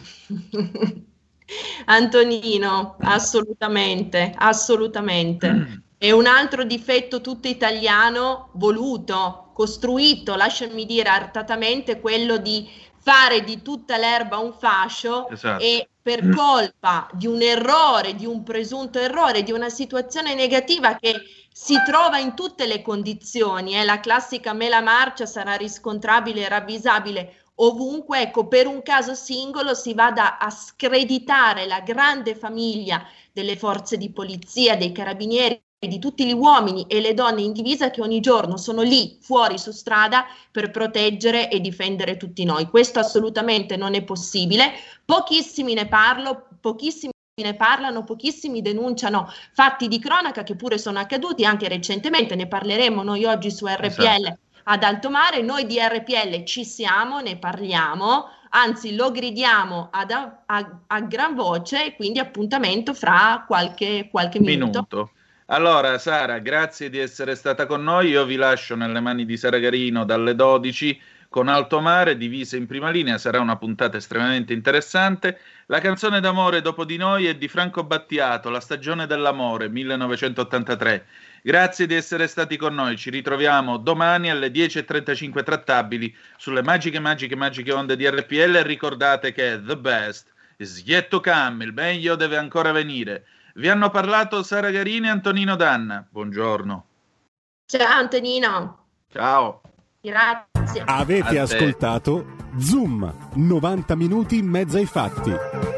Antonino, assolutamente, assolutamente. È un altro difetto tutto italiano voluto, costruito, lasciami dire artatamente, quello di fare di tutta l'erba un fascio. Esatto. E per colpa di un errore, di un presunto errore, di una situazione negativa che si trova in tutte le condizioni, è eh, la classica mela marcia, sarà riscontrabile e ravvisabile ovunque, ecco, per un caso singolo si vada a screditare la grande famiglia delle forze di polizia, dei carabinieri, di tutti gli uomini e le donne in divisa che ogni giorno sono lì fuori su strada per proteggere e difendere tutti noi. Questo assolutamente non è possibile. Pochissimi ne parlo, pochissimi ne parlano, pochissimi denunciano fatti di cronaca che pure sono accaduti anche recentemente. Ne parleremo noi oggi su R P L. Esatto. Ad alto mare. Noi di R P L ci siamo, ne parliamo, anzi lo gridiamo ad, a, a, a gran voce, quindi appuntamento fra qualche, qualche minuto. minuto. Allora Sara, grazie di essere stata con noi, io vi lascio nelle mani di Sara Garino dalle dodici con Alto Mare, divise in prima linea, sarà una puntata estremamente interessante. La canzone d'amore dopo di noi è di Franco Battiato, La stagione dell'amore, millenovecentottantatré. Grazie di essere stati con noi, ci ritroviamo domani alle dieci e trentacinque trattabili sulle magiche, magiche, magiche onde di R P L, e ricordate che the best is yet to come, il meglio deve ancora venire. Vi hanno parlato Sara Garini e Antonino Danna. Buongiorno. Ciao Antonino. Ciao. Grazie. Avete ascoltato Zoom, novanta minuti in mezzo ai fatti.